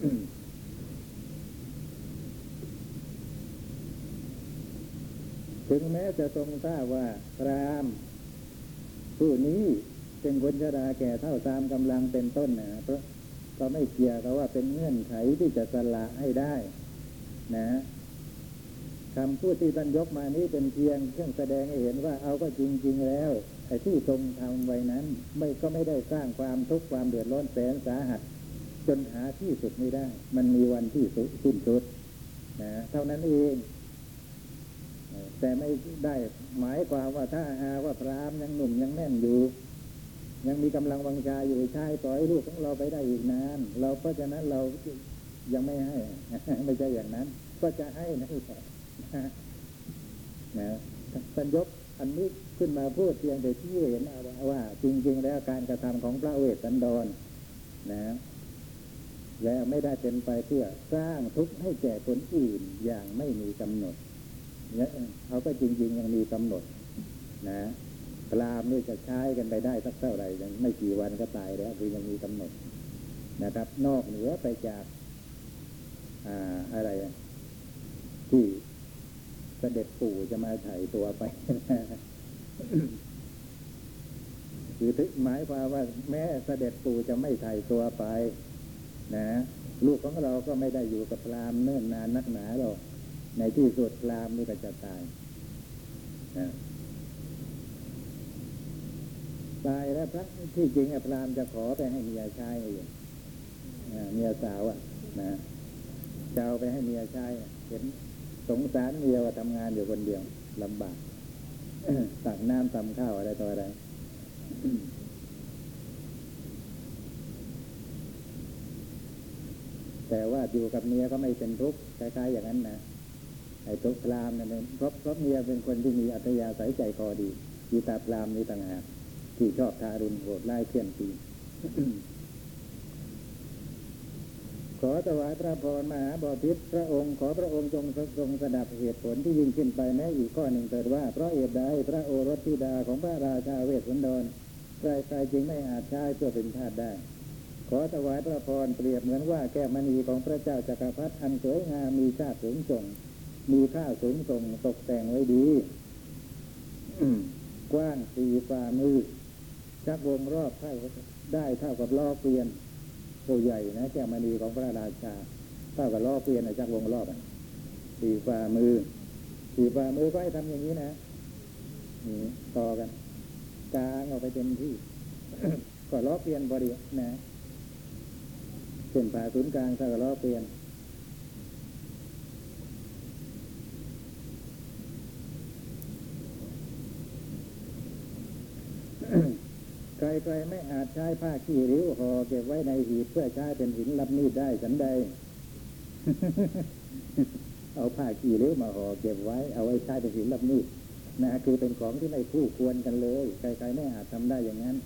ถึงแม้จะทรงทราบว่าพราหมณ์ผู้นี้เป็นคนชราแก่เท่าตามกำลังเป็นต้นนะเพราะก็ไม่เกี่ยวกับว่าเป็นเงื่อนไขที่จะสละให้ได้นะคำพูดที่ท่านยกมานี้เป็นเพียงเครื่องแสดงให้เห็นว่าเอาก็จริงๆแล้วไอ้ที่ทรงทำไว้นั้นไม่ก็ไม่ได้สร้างความทุกข์ความเดือดร้อนแสนสาหัสจนหาที่สุดไม่ได้มันมีวันที่สิ้นสุดนะเท่านั้นเองแต่ไม่ได้หมายความว่าถ้าหาว่าพราหมณ์ยังหนุ่มยังแน่นอยู่ยังมีกำลังวังชาอยู่ใช้ต่อให้ลูกของเราไปได้อีกนานเราเพราะฉะนั้นเรายังไม่ให้ ไม่ใช่อย่างนั้นก็จะให้นะนะท่านยกอันนี้ขึ้นมาพูดเพียงแต่ที่เห็นว่าจริงๆแล้วการกระทำของพระเวสสันดรนะแล้วไม่ได้เป็นไปเพื่อสร้างทุกข์ให้แก่คนอื่นอย่างไม่มีกำหนดเนี่ยเขาก็จริงๆยังมีกำหนดนะพราหมณ์นี่จะใช้กันไปได้สักเท่าไหร่ยังไม่กี่วันก็ตายแล้วคือยังมีกำหนดนะครับนอกเหนือไปจากอ่าอะไรที่เสด็จปู่จะมาไถ่ตัวไป คือถึงหมายความว่าแม้เสด็จปู่จะไม่ไถ่ตัวไปนะลูกของเราก็ไม่ได้อยู่กับพราหมณ์เนิ่นนานนักหนาหรอกในที่สุดพราหมณ์นี่ก็จะตายนะตายแล้วพระที่จริงพราหมณ์จะขอไปให้เมียชายอยู่เมียสาวอ่ะนะจะเอาไปให้เมียชายเห็นสงสารเมียว่าทำงานอยู่คนเดียวลำบาก ตักน้ำตำข้าวอะไรต่ออะไร แต่ว่าอยู่กับเมียก็ไม่เป็นทุกข์คล้ายๆอย่างนั้นนะไอ้ทุกข์พราหมณ์นั่นเองเพราะเพราะเมียเป็นคนที่มีอัธยาศัยใจคอดีกีตาพราหมณ์นี้ต่างหากที่ชอบทารุณโหดร้ายเคี่ยนตี ขอถวายพระพรมหาบพิตรพระองค์ขอพระองค์จงทรงสดับเหตุผลที่ยิ่งขึ้นไปแม้อีกข้อหนึ่งเถิดว่าเพราะเหตุใดพระโอรสธิดาของพระราชาเวสสันดรใครๆจึงไม่อาจใช้เพื่อเป็นทาสได้ขอถวายพระพรเปรียบเหมือนว่าแก้วมณีของพระเจ้าจักรพรรดิอันสวยงามมีชาติสูงส่งมีค่าสูงส่งตกแต่งไว้ดี กว้างสี่ฝ่ามือชักวงรอบเท่าได้เท่ากับล้อเกวียนตัวใหญ่นะแก้วมณีของพระราชาเท่ากับล้อเกวียนนะชักวงรอบอ่ะสี่ฝ่ามือสี่ฝ่ามือก็ให้ทำอย่างนี้นะนี่ต่อกันกลางออกไปเต็มที่ ก็ล้อเกวียนพอดีนะเส้นผ่าศูนย์กลางเท่ากับล้อเกวียนใครๆไม่อาจใช้ผ้าขี้ริ้วห่อเก็บไว้ในหีบเพื่อใช้เป็นหินรับมีดได้ฉันใด เอาผ้าขี้ริ้วมาห่อเก็บไว้เอาไว้ใช้เป็นหินรับมีดนะคือเป็นของที่ไม่คู่ควรกันเลยใครๆไม่อาจทำได้อย่างนั้น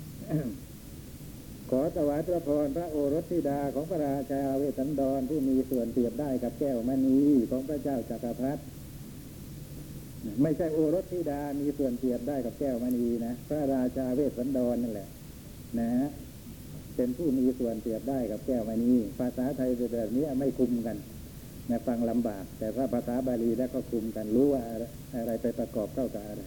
ขอถวายพระพรพระโอรสธิดาของพระราชาเวสสันดรผู้มีส่วนเปรียบได้กับแก้วมณีของพระเจ้าจักรพรรดิไม่ใช่โอรสธิดามีส่วนเปรียบได้กับแก้วมณีนะพระราชาเวสสันดรนั่นแหละนะเป็นผู้มีส่วนเปรียบได้กับแก้วมณีภาษาไทยแบบนี้ไม่คุมกันนะฟังลำบากแต่ว่าภาษาบาลีแล้วก็คุมกันรู้ว่าอะไรไปประกอบเข้ากับอะไร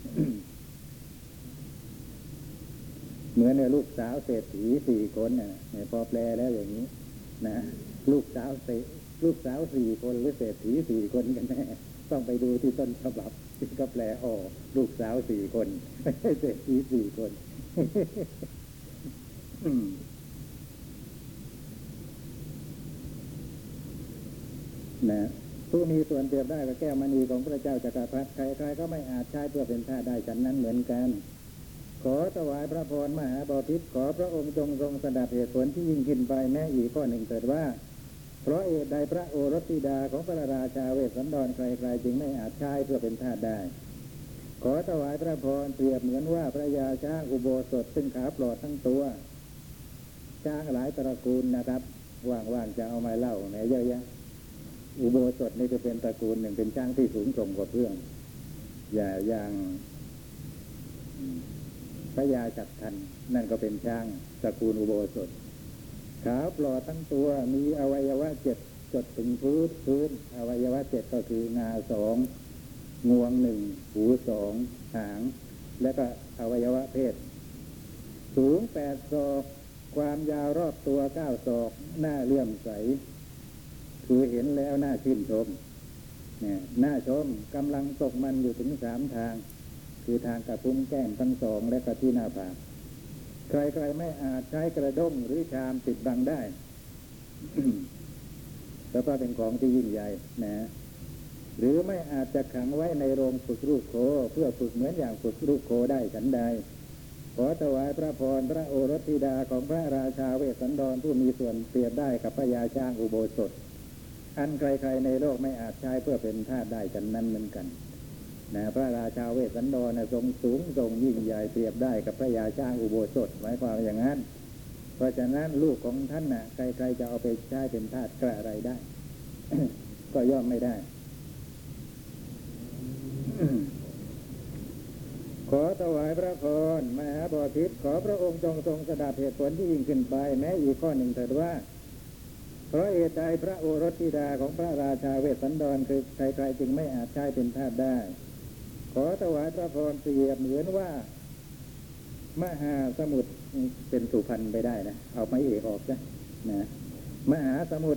เหมือนเนี่ยลูกสาวเศรษฐีสี่คนเนี่ยพอแปลแล้วอย่างนี้นะลูกสาวเศรลูกสาวสี่คนหรือเศรษฐีสี่คนกันแน่ต้องไปดูที่ต้นฉบับที่ก็แปลอ๋อลูกสาวสี่คนไม่ใช่เศรษฐีสี่คน นะผู้มีส่วนเปรียบได้กับแก้วมณีของพระเจ้าจักรพรรดิใครๆก็ไม่อาจใช้เพื่อเป็นทาสได้ฉันนั้นเหมือนกันขอถวายพระพรมหาบพิตรขอพระองค์จงทรงสดับเหตุผลที่ยิ่งขึ้นไปแม้อีกข้อหนึ่งเถิดว่าเพราะเหตุใดพระโอรสธิดาของพระราชาเวสสันดรใครๆจึงไม่อาจใช้เพื่อเป็นทาสได้ขอถวายพระพรเปรียบเหมือนว่าพระยาช้างอุโบสถซึ่งขาปลอดทั้งตัวช้างหลายตระกูลนะครับว่างๆจะเอามาเล่าไหนเยอะแยะอุโบสถนี่จะเป็นตระกูลหนึ่งเป็นช้างที่สูงส่งกว่าเพื่อนอย่าอย่างพระยาจักทันนั่นก็เป็นช้างตระกูลอุโบสถขาวปลอดทั้งตัวมีอวัยวะเจ็ดจดถึงพื้นพื้นอวัยวะเจ็ดก็คืองาสองงวงหนึ่งหูสองหางและก็อวัยวะเพศสูงแปดศอกความยาวรอบตัวเก้าศอกหน้าเลื่อมใสคือเห็นแล้วน่าชื่นชมเนี่ยน่าชมกำลังตกมันอยู่ถึงสามทางคือทางกระพุ้งแก้มทั้งสองและกระที่หน้าผากใครๆไม่อาจใช้กระด้งหรือชามปิดบังได้ เพราะว่าเป็นของที่ยิ่งใหญ่นะหรือไม่อาจจะขังไว้ในโรงฝึกลูกโคเพื่อฝึกเหมือนอย่างฝึกลูกโคได้ฉันใดขอถวายพระพรพระโอรสธิดาของพระราชาเวสสันดรผู้มีส่วนเปรียบได้กับพระยาช้างอุโบสถอันใครๆในโลกไม่อาจใช้เพื่อเป็นทาสได้ฉันนั้นเหมือนกันนะพระราชาเวสสันดรนะทรงสูงทรงยิ่งใหญ่เปรียบได้กับพระยาช้างอุโบสถหมายความอย่างนั้นเพราะฉะนั้นลูกของท่านน่ะใครๆจะเอาไปใช้เป็นทาสกระไรได้ ก็ย่อมไม่ได้ ขอถวายพระพรมหาบพิตรขอพระองค์จงทรงสดับเหตุผลที่ยิ่งขึ้นไปแม้อีกข้อหนึ่งเถิดว่าเพราะเหตุใดพระโอรสธิดาของพระราชาเวสสันดรคือใครๆจึงไม่อาจใช้เป็นทาสได้ขอถวายพระพรเปรียบเหมือนว่ามหาสมุทรเป็นสุพรรณไปได้นะเอาไม่เอกออกนะนะมหาสมุทร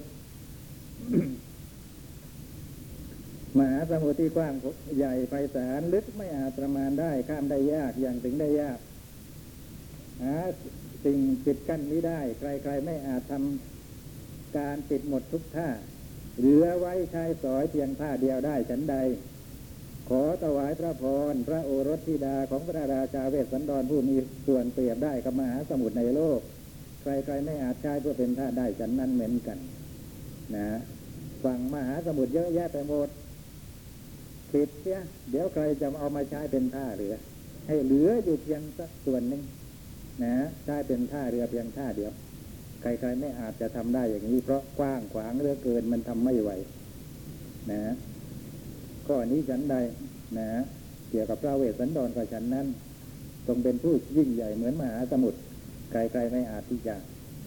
มหาสมุทรที่กว้างใหญ่ไพศาลลึกไม่อาจประมาณได้ข้ามได้ยากอย่างถึงได้ยากหาสิ่งปิดกั้นไม่ได้ใครๆไม่อาจทำการปิดหมดทุกท่าเหลือไว้ใช้สอยเพียงท่าเดียวได้ฉันใดขอถวายพระพรพระโอรสธิดาของพระราชาเวสสันดรผู้มีส่วนเปรียบได้กับมหาสมุทรในโลกใครๆไม่อาจใช้เพื่อเป็นท่าได้ฉันนั้นเหมือนกันนะฝั่งมหาสมุทรเยอะแยะไปหมดปิดเสียเดี๋ยวใครจะเอามาใช้เป็นท่าเรือให้เหลืออยู่เพียงสักส่วนหนึ่งนะใช้เป็นท่าเรือเพียงท่าเดียวใครๆไม่อาจจะทำได้อย่างนี้เพราะกว้างขวางเหลือเกินมันทำไม่ไหวนะข้อนี้ฉันใดนะเกี่ยวกับพระเวสสันดรกับฉันนั้นทรงเป็นผู้ยิ่งใหญ่เหมือนมหาสมุทรใครๆไม่อาจที่จะ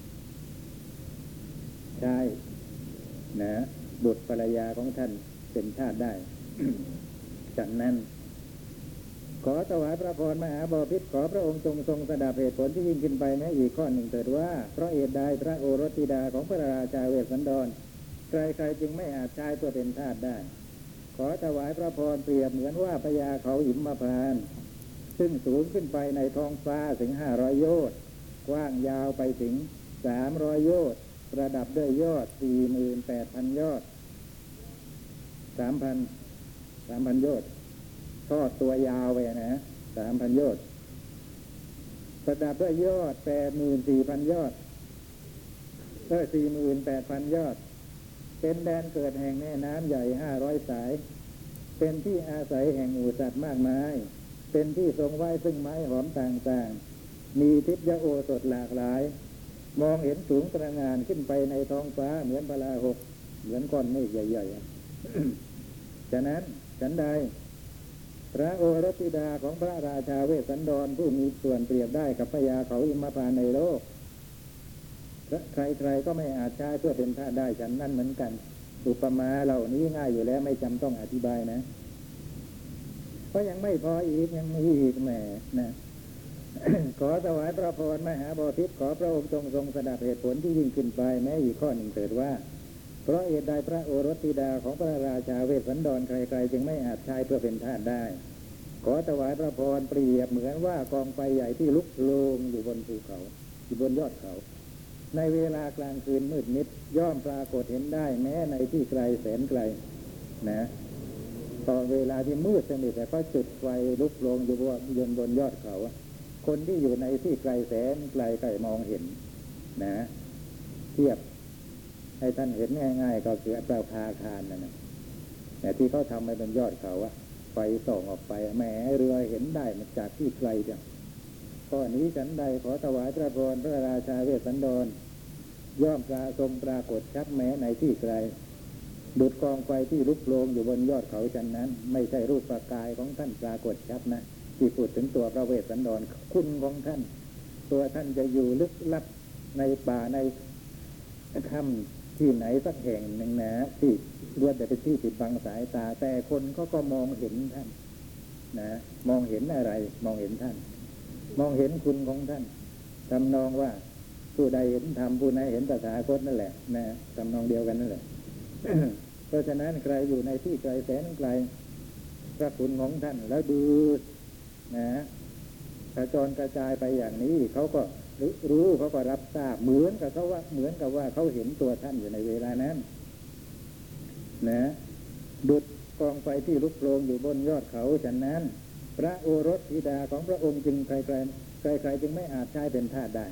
ใช่นะบุตรภรรยาของท่านเป็นชาติได้ จากนั้นขอถวายพระพรมหาบพิตรขอพระองค์จงทรงสดับเหตุผลที่ยิ่งขึ้นไปแม้อีกข้อหนึ่งเถิดว่าเพราะเหตุใดพระโอรสธิดาของพระราชาเวสสันดรใครๆจึงไม่อาจใช้เพื่อเป็นทาสได้ขอถวายพระพรเปรียบเหมือนว่าพญาเขาหิมพานต์ซึ่งสูงขึ้นไปในท้องฟ้าถึงห้าร้อยโยชน์กว้างยาวไปถึงสามร้อยโยชน์ประดับด้วยยอดสี่หมื่นแปดพันยอดสามพันสามพันยอดทอดตัวยาวไปนะสามพันยอดประดับด้วยยอดแปดหมื่นสี่พันยอดเออสี่หมื่นแปดพันยอดเป็นแดนเกิดแห่งแม่น้ำใหญ่ห้าร้อยสายเป็นที่อาศัยแห่งหมู่สัตว์มากมายเป็นที่ทรงไว้ซึ่งไม้หอมต่างๆมีทิพยโอสถหลากหลายมองเห็นสูงตระหง่านขึ้นไปในท้องฟ้าเหมือนพลาหกเหมือนก้อนเมฆใหญ่ๆ ฉะนั้นฉันใดพระโอรสธิดาของพระราชาเวสสันดรผู้มีส่วนเปรียบได้กับพญาเขาหิมพานต์ในโลกใครๆก็ไม่อาจใช้เพื่อเป็นทาสได้ฉันนั้นเหมือนกันอุปมาเหล่านี้ง่ายอยู่แล้วไม่จำต้องอธิบายนะเพราะยังไม่พออีกยังมีอีกแหมนะ ขอถวายพระพรมหาบพิตรขอพระองค์ทรงทรงสดับเหตุผลที่ยิ่งขึ้นไปแม้อีกข้อหนึ่งเถิดว่าเพราะเหตุใดพระโอรสธิดาของพระราชาเวสสันดรใครๆจึงไม่อาจใช้เพื่อเป็นทาสได้ขอถวายพระพรเปรียบเหมือนว่ากองไฟใหญ่ที่ลุกโลงอยู่บนภูเขาอยู่บนยอดเขาในเวลากลางคืนมืดมิดย่อมปรากฏเห็นได้แม้ในที่ไกลแสนไกลนะตอนเวลาที่มืดสนิทแต่ก็จุดไฟลุกโลงอยู่บนยนบนยอดเขาคนที่อยู่ในที่ไกลแสนไกลไกลมองเห็นนะเทียบให้ท่านเห็นง่ายๆก็คือเจ้าพาคารนั่นนะแต่ที่เขาทำไปบนยอดเขาอะไฟส่องออกไปแหมเรือเห็นได้มาจากที่ไกลจังข้อนี้ฉันใดขอถวายพระพรพระราชาเวสสันดรย่อมปราทรงปรากฏชัดแม้ในที่ไกลดุจกองไฟที่ลุกโลงอยู่บนยอดเขาฉันนั้นไม่ใช่รูปประกายของท่านปรากฏชัดนะที่พูดถึงตัวพระเวสสันดรคุณของท่านตัวท่านจะอยู่ลึกลับในป่าในถ้ำที่ไหนสักแห่งหนึ่งนะที่ล้วนแต่เป็นที่ปิดบังสายตาแต่คนก็ก็มองเห็นท่านนะมองเห็นอะไรมองเห็นท่านมองเห็นคุณของท่านทำนองว่าผู้ใดเห็นธรรมผู้นั้นเห็นตถาคตนั่นแหละนะทำนองเดียวกันนั่นแหละ เพราะฉะนั้นใครอยู่ในที่ไกลแสนไกลพระคุณของท่านแล้วดูนะกระจรกระจายไปอย่างนี้เขาก็รู้เขาก็รับทราบเหมือนกับเขาว่าเหมือนกับว่าเขาเห็นตัวท่านอยู่ในเวลานั้นนะดุจกองไฟที่ลุกโผล่อยู่บนยอดเขาฉะนั้นพระโอรสธิดาของพระองค์จึงใครๆใครๆจึงไม่อาจใช้เป็นทาสได้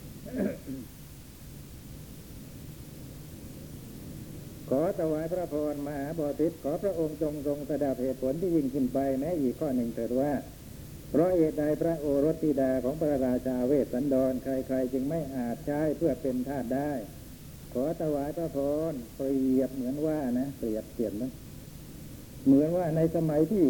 ขอถวายพระพรมหาบพิตรขอพระองค์ทรงทรงสดับเหตุผลที่ยิ่งขึ้นไปแม้อีกข้อหนึ่งเถิดว่าเพราะเหตุใดพระโอรสธิดาของพระราชาเวสสันดรใครๆจึงไม่อาจใช้เพื่อเป็นทาสได้ขอถวายพระพรเปรียบเหมือนว่านะเปรียบเทียบนะเหมือนว่าในสมัยที่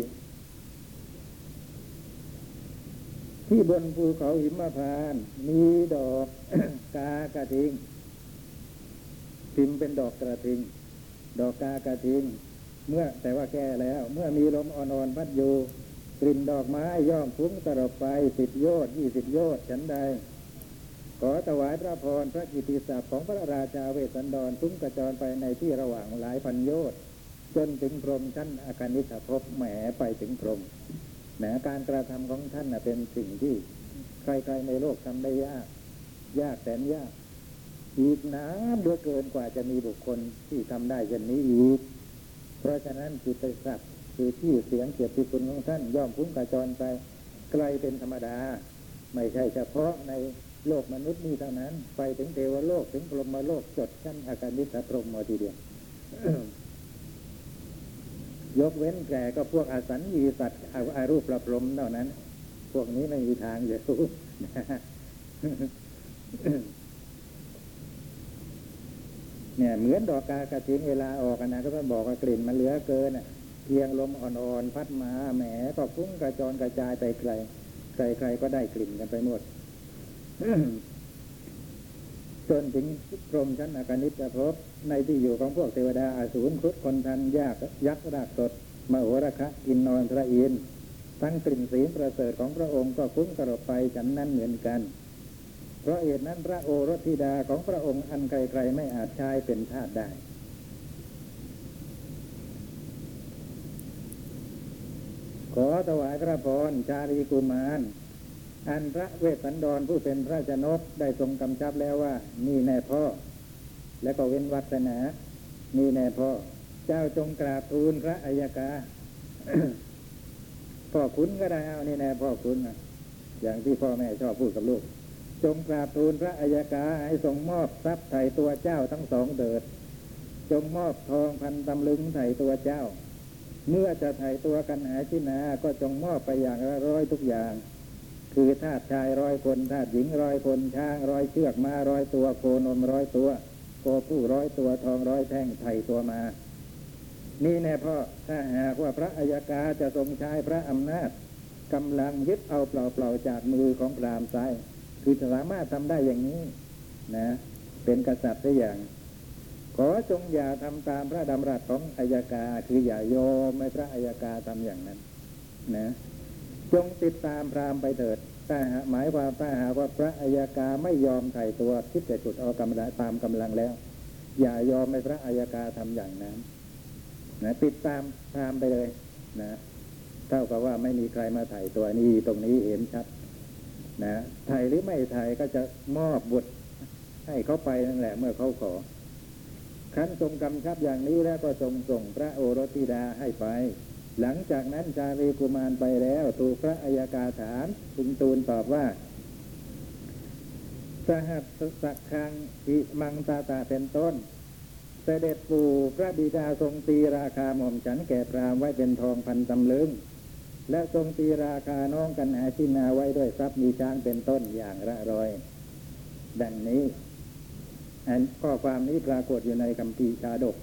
ที่บนภูเขาหิมพานต์มีดอก กากระทิงพิมพ์เป็นดอกกระทิงดอกกากระทิงเมื่อแต่ว่าแก่แล้วเมื่อมีลมอ่อนๆพัดอยู่กลิ่นดอกไม้ย่อมฟุ้งตลบไปสิบโยชน์ยี่สิบโยชน์ฉันใดขอถวายพระพรพระกิตติศัพท์ของพระราชาเวสสันดรฟุ้งกระจรไปในที่ระหว่างหลายพันโยชน์จนถึงพรหมชั้นอาคานิสภพแหมไปถึงพรหมแหมการกระทำของท่านเป็นสิ่งที่ใครๆในโลกทำได้ยากยากแสนยากอีกนานเหลือเกินกว่าจะมีบุคคลที่ทำได้เช่นนี้อีกเพราะฉะนั้นกิตติศัพท์คือที่เสียงเกียรติคุณของท่านย่อมฟุ้งกระจรไปไกลเป็นธรรมดาไม่ใช่เฉพาะในโลกมนุษย์นี้เท่านั้นไปถึงเทวโลกถึงพรหมโลกจดชั้นอาคานิสพรหมทีเดียว ยกเว้นแก่ก็พวกอสัญญีสัตว์อารูปประพรหมเท่านั้นพวกนี้ไม่มีทางอยู่ เนี่ยเหมือนดอกกากระทิงเวลาออกนะก็ต้องบอกว่ากลิ่นมันเหลือเกินอ่ะเพียงลมอ่อนๆพัดมาแหมก็ฟุ้งกระจรกระจายไปไกลใครๆก็ได้กลิ่นกันไปหมด จนถึงพรหมชั้นอากนิจภพในที่อยู่ของพวกเทวดาอสูรครุฑคนทันยากยักษ์รากสดมโหระคะอินนรพระอินทร์ทั้งกลิ่นศีลประเสริฐของพระองค์ก็คุ้มกระไปฉันนั้นเหมือนกันเพราะเหตุนั้นพระโอรสธิดาของพระองค์อันไกลๆไม่อาจใช้เป็นทาสได้ขอถวายพระพรชาลีกุมารอันพระเวสสันดรผู้เป็นพระชนกได้ทรงกำชับแล้วว่านี่แน่พ่อและก็เว้นวรรคนานี่แน่พ่อเจ้าจงกราบทูลพระอัยกา พ่อคุณก็ได้เอานี่แน่พ่อคุณนะอย่างที่พ่อแม่ชอบพูดกับลูกจงกราบทูลพระอัยกาให้ทรงมอบทรัพย์ไถ่ตัวเจ้าทั้งสองเถิดจงมอบทองพันตำลึงไถ่ตัวเจ้าเมื่อจะไถ่ตัวกันหาชินาก็จงมอบไปอย่างละร้อยทุกอย่างคือทาสชายร้อยคนทาสหญิงร้อยคนช้างร้อยเชือกม้าร้อยตัวโคนมร้อยตัวโคผู้ร้อยตัวทองร้อยแท่งไถ่ตัวมานี่แน่พ่อถ้าหากว่าพระอัยกาจะทรงใช้พระอำนาจกำลังยึดเอาเปล่าๆจากมือของพราหมณ์ไซคือสามารถทำได้อย่างนี้นะเป็นกษัตริย์ได้อย่างขอจงอย่าทำตามพระดำรัสของอัยกาคืออย่ายอมให้พระอัยกาทำอย่างนั้นนะจงติดตามพราหมณ์ไปเถิดถ้าหมายความถ้าหากว่าพระอัยกาไม่ยอมไถ่ตัวคิดแต่จุดเอากำลังตามกำลังแล้วอย่ายอมให้พระอัยกาทำอย่างนั้นนะติดตามพราหมณ์ไปเลยนะเท่ากับว่าไม่มีใครมาไถ่ตัวนี้ตรงนี้เห็นชัดนะไถ่หรือไม่ไถ่ก็จะมอบบุตรให้เขาไปนั่นแหละเมื่อเขาขอขั้นทรงกำชับอย่างนี้แล้วก็ทรงส่งพระโอรสธิดาให้ไปหลังจากนั้นชาลีกุมารไปแล้วถูกพระอัยกาถามจึงทูลตอบว่าสหัสสักคังอิมังตาตาเป็นต้นเสด็จปู่พระบิดาทรงตีราคาหม่อมฉันแก่พราหมณ์ไว้เป็นทองพันตำลึงและทรงตีราคาน้องกันหาชินาไว้ด้วยทรัพย์มีช้างเป็นต้นอย่างละร้อยดังนี้อันข้อความนี้ปรากฏอยู่ในคัมภีร์ชาดก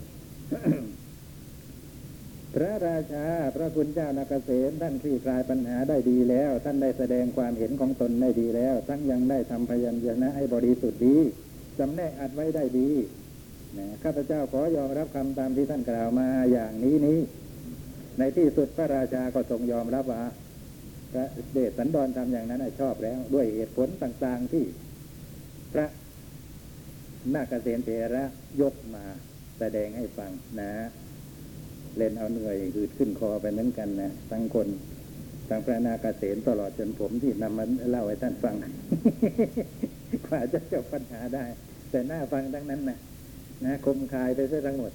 พระราชาพระคุณเจ้านาคเสนท่านคลี่คลายปัญหาได้ดีแล้วท่านได้แสดงความเห็นของตนได้ดีแล้วทั้งยังได้ทำพยัญชนะให้บริสุทธิ์ดีจำแนกอัดไว้ได้ดีนะข้าพเจ้าขอยอมรับคำตามที่ท่านกล่าวมาอย่างนี้นี้ในที่สุดพระราชาก็ทรงยอมรับว่าพระเดชสันดรทำอย่างนั้นชอบแล้วด้วยเหตุผลต่างๆที่พระนาคเสนเถระยกมาแสดงให้ฟังนะเล่นเอาเหนื่อยหืดขึ้นคอไปเหมือนกันนะทั้งคนทั้งพระนาคเสนตลอดจนผมที่นำมาเล่าให้ท่านฟัง กว่าจะจบปัญหาได้แต่น่าฟังทั้งนั้นนะนะคมคายไปซะทั้งหมด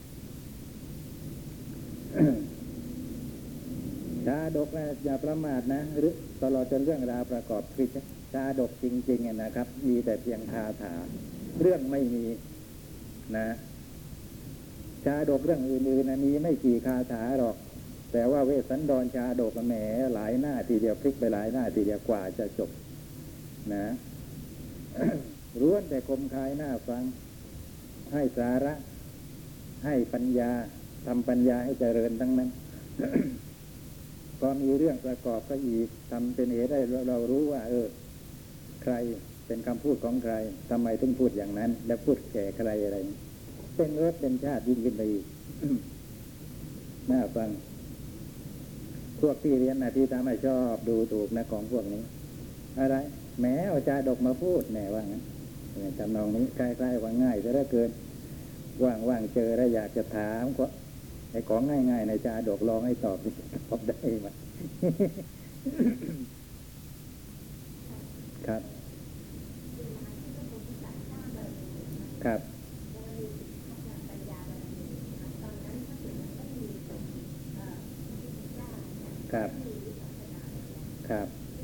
ชาดกนะอย่าประมาทนะหรือตลอดจนเรื่องราวประกอบคือชาดกจริงๆนะครับมีแต่เพียงคาถาเรื่องไม่มีนะชาดกเรื่องอื่นๆนะมีไม่กี่คาถาหรอกแต่ว่าเวสสันดรชาดกแหมหลายหน้าทีเดียวพลิกไปหลายหน้าทีเดียวกว่าจะจบนะ ล้วนแต่คมคายหน้าฟังให้สาระให้ปัญญาทำปัญญาให้เจริญทั้งนั้น พอมีเรื่องประกอบก็อีกทำเป็นเหตุได้เรารู้ว่าเออใครเป็นคำพูดของใครทำไมถึงพูดอย่างนั้นและพูดแก่ใครอะไรเป็นรสเป็นชาติยิ่งขึ้นไปอีก น่าฟังพวกที่เรียนนะที่ทำให้ชอบดูถูกนะของพวกนี้อะไรแม้เอาจาดกมาพูดแน่ว่างั้นจำนองนี้ใกล้ๆว่าง่ายจะได้เกินว่างๆเจอแล้วอยากจะถามก็ไอ้ของง่ายๆในจาดกลองให้ตอบตอบได้ไหม ครับครับครับครับ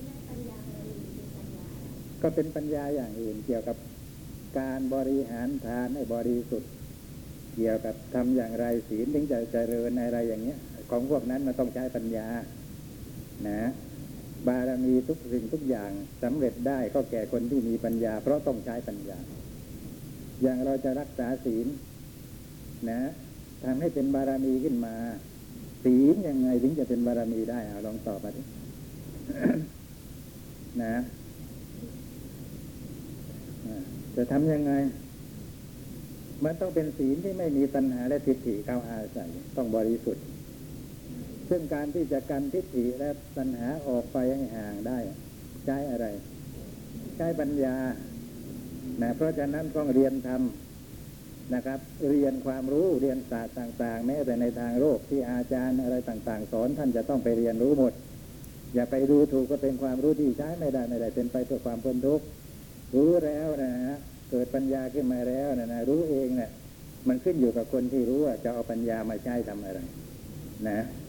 ก็เป็นปัญญาอย่างอื่นเกี่ยวกับการบริหารทานให้บริสุทธิ์เกี่ยวกับทำอย่างไรศีลถึงจะเจริญในอะไรอย่างเงี้ยของพวกนั้นมันต้องใช้ปัญญานะบารมีทุกสิ่งทุกอย่างสำเร็จได้ก็แก่คนที่มีปัญญาเพราะต้องใช้ปัญญาอย่างเราจะรักษาศีลนะทำให้เป็นบารมีขึ้นมาศีลยังไงถึงจะเป็นบารมีได้เอาลองตอบมาดิ กนะจะทำยังไงมันต้องเป็นศีลที่ไม่มีตัณหาและทิฏฐิเข้าอาศัยต้องบริสุทธิ์ซึ่งการที่จะกันทิฏฐิและตัณหาออกไปให้ห่างได้ใช้อะไรใช้ปัญญานะเพราะฉะนั้นต้องเรียนธรรมนะครับเรียนความรู้เรียนศาสตร์ต่างๆแม้แต่ในทางโลกที่อาจารย์อะไรต่างๆสอนท่านจะต้องไปเรียนรู้หมดอย่าไปดูถูกก็เป็นความรู้ที่ใช้ไม่ได้ไม่ได้เป็นไปเพื่อความพ้นทุกข์รู้แล้วนะฮะเกิดปัญญาขึ้นมาแล้วนะนะรู้เองเนี่ยมันขึ้นอยู่กับคนที่รู้ว่าจะเอาปัญญามาใช้ทำอะไรนะ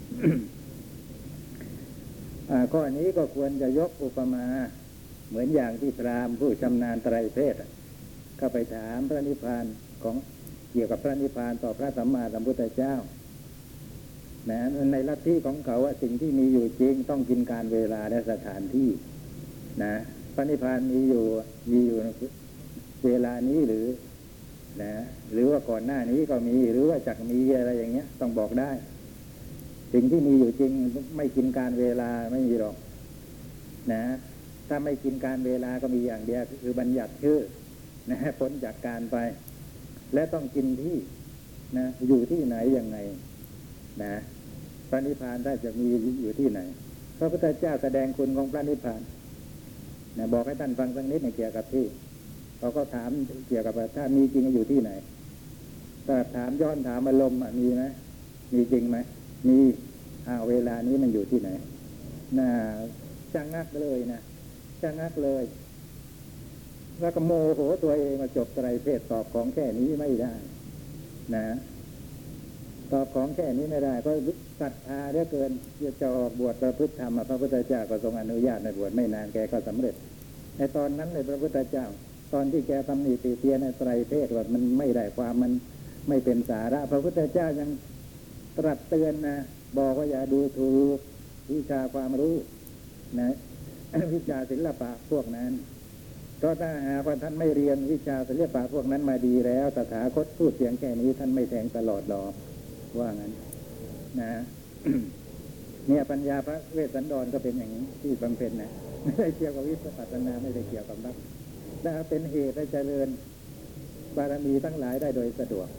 ข้อนี้ก็ควรจะยกอุปมาเหมือนอย่างที่พราหมณ์ผู้ชำนาญไตรเพศเข้าไปถามพระนิพพานของเกี่ยวกับพระนิพพานต่อพระสัมมาสัมพุทธเจ้านะในลัทธิของเขาว่าสิ่งที่มีอยู่จริงต้องกินการเวลาและสถานที่นะพระนิพพานมีอยู่มีอยู่เวลานี้หรือนะหรือว่าก่อนหน้านี้ก็มีหรือว่าจักมีอะไรอย่างเงี้ยต้องบอกได้สิ่งที่มีอยู่จริงไม่กินการเวลาไม่มีหรอกนะถ้าไม่กินการเวลาก็มีอย่างเดียวคือบัญญัติชื่อนะพ้นจากการไปและต้องกินที่นะอยู่ที่ไหนยังไงนะพระนิพพานได้จะมีอยู่ที่ไหนพระพุทธเจ้าแสดงคุณของพระนิพพานนะบอกให้ท่านฟังสักนิดในเกี่ยวกับที่เขาก็ถามเกี่ยวกับว่าถ้ามีจริงอยู่ที่ไหนถ้าถามย้อนถามอารมณ์มีไหมมีจริงไหมมีอ้าวเวลานี้มันอยู่ที่ไหนน่าจังงักเลยนะจังงักเลยแล้วก็โมโหตัวเองมาจบไตรเพศตอบของแค่นี้ไม่ได้นะตอบของแค่นี้ไม่ได้เพราะศรัทธาเหลือเกินจะออกบวชประพฤติธรรมพระพุทธเจ้าก็ทรงอนุญาตในบวชไม่นานแกก็สำเร็จในตอนนั้นในพระพุทธเจ้าตอนที่แกตำหนิติเตียนในไตรเพศว่ามันไม่ได้ความมันไม่เป็นสาระพระพุทธเจ้ายังตรัสเตือนนะบอกว่าอย่าดูถูกวิชาความรู้นะ วิชาศิลปะพวกนั้นเพราะถ้าหากว่าท่านไม่เรียนวิชาศิลปะพวกนั้นมาดีแล้วตถาคตพูดเสียงแค่นี้ท่านไม่แทงตลอดหรอกว่างั้นนะ เนี่ยปัญญาพระเวสสันดรก็เป็นอย่างนี้ที่บำเพ็ญนะไม่ได้เกี่ยวกับวิปัสสนาไม่ได้เกี่ยวกับมรรคแต่เป็นเหตุให้เจริญบารมีทั้งหลายได้โดยสะดวก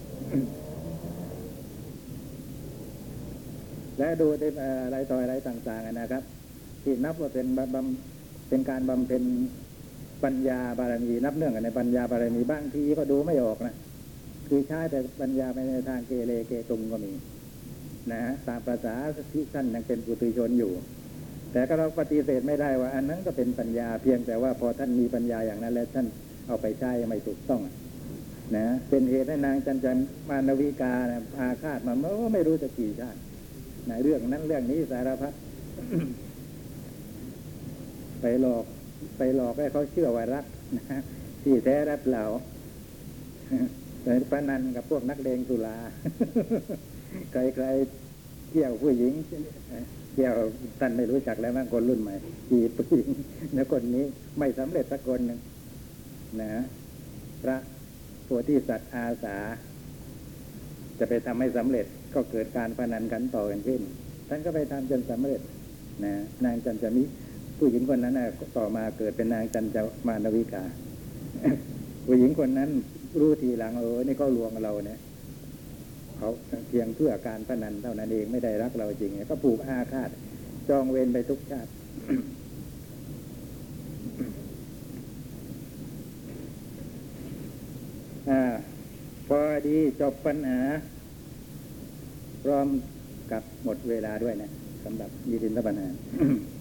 และดูในอะไรต่ออะไรต่างๆนะครับที่นับว่าเป็นบำเป็นการบำเพ็ญปัญญาบารมีนับเนื่องกันในปัญญาบารมีบางทีก็ดูไม่ออกนะคือใช้แต่ปัญญาไปในทางเกเรเกตุงก็มีนะฮะตามภาษาที่ท่านยังเป็นปุถุชนอยู่แต่ก็เราปฏิเสธไม่ได้ว่าอันนั้นก็เป็นปัญญาเพียงแต่ว่าพอท่านมีปัญญาอย่างนั้นแล้วท่านเอาไปใช้ไม่ถูกต้องนะเป็นเหตุให้นางจันจันมานวิกานะอาฆาตมาเมื่อไม่รู้จะกี่ชาติในเรื่องนั้นเรื่องนี้สารพัด ไปหลอกไปหลอกให้เขาเชื่อว่ารักนะที่แท้รักเหล่าแต่พนันกับพวกนักเลงสุรา ใครๆเกี่ยวผู้หญิงเกี่ยวท่านไม่รู้จักแล้วมั้งคนรุ่นใหม่จีบผู้หญิงแล้วคนนี้ไม่สำเร็จสักคนหนึ่งนะพระโพธิสัตว์อาสาจะไปทำให้สำเร็จก็เกิดการพนันกันต่อกันขึ้นท่านก็ไปทำจนสำเร็จนะนางจันจามิผู้หญิงคนนั้นนะต่อมาเกิดเป็นนางจันจามานวิกา ผู้หญิงคนนั้นรู้ทีหลังเออนี่ก็ลวงเราเนี่ยเขาเพียงเพื่อการพนันเท่านั้นเองไม่ได้รักเราจริงก็ผูกอาฆาตจองเวรไปทุกชาติ อ่าพอดีจบปัญหาพร้อมกับหมดเวลาด้วยนะสำหรับยีดินทปัญหา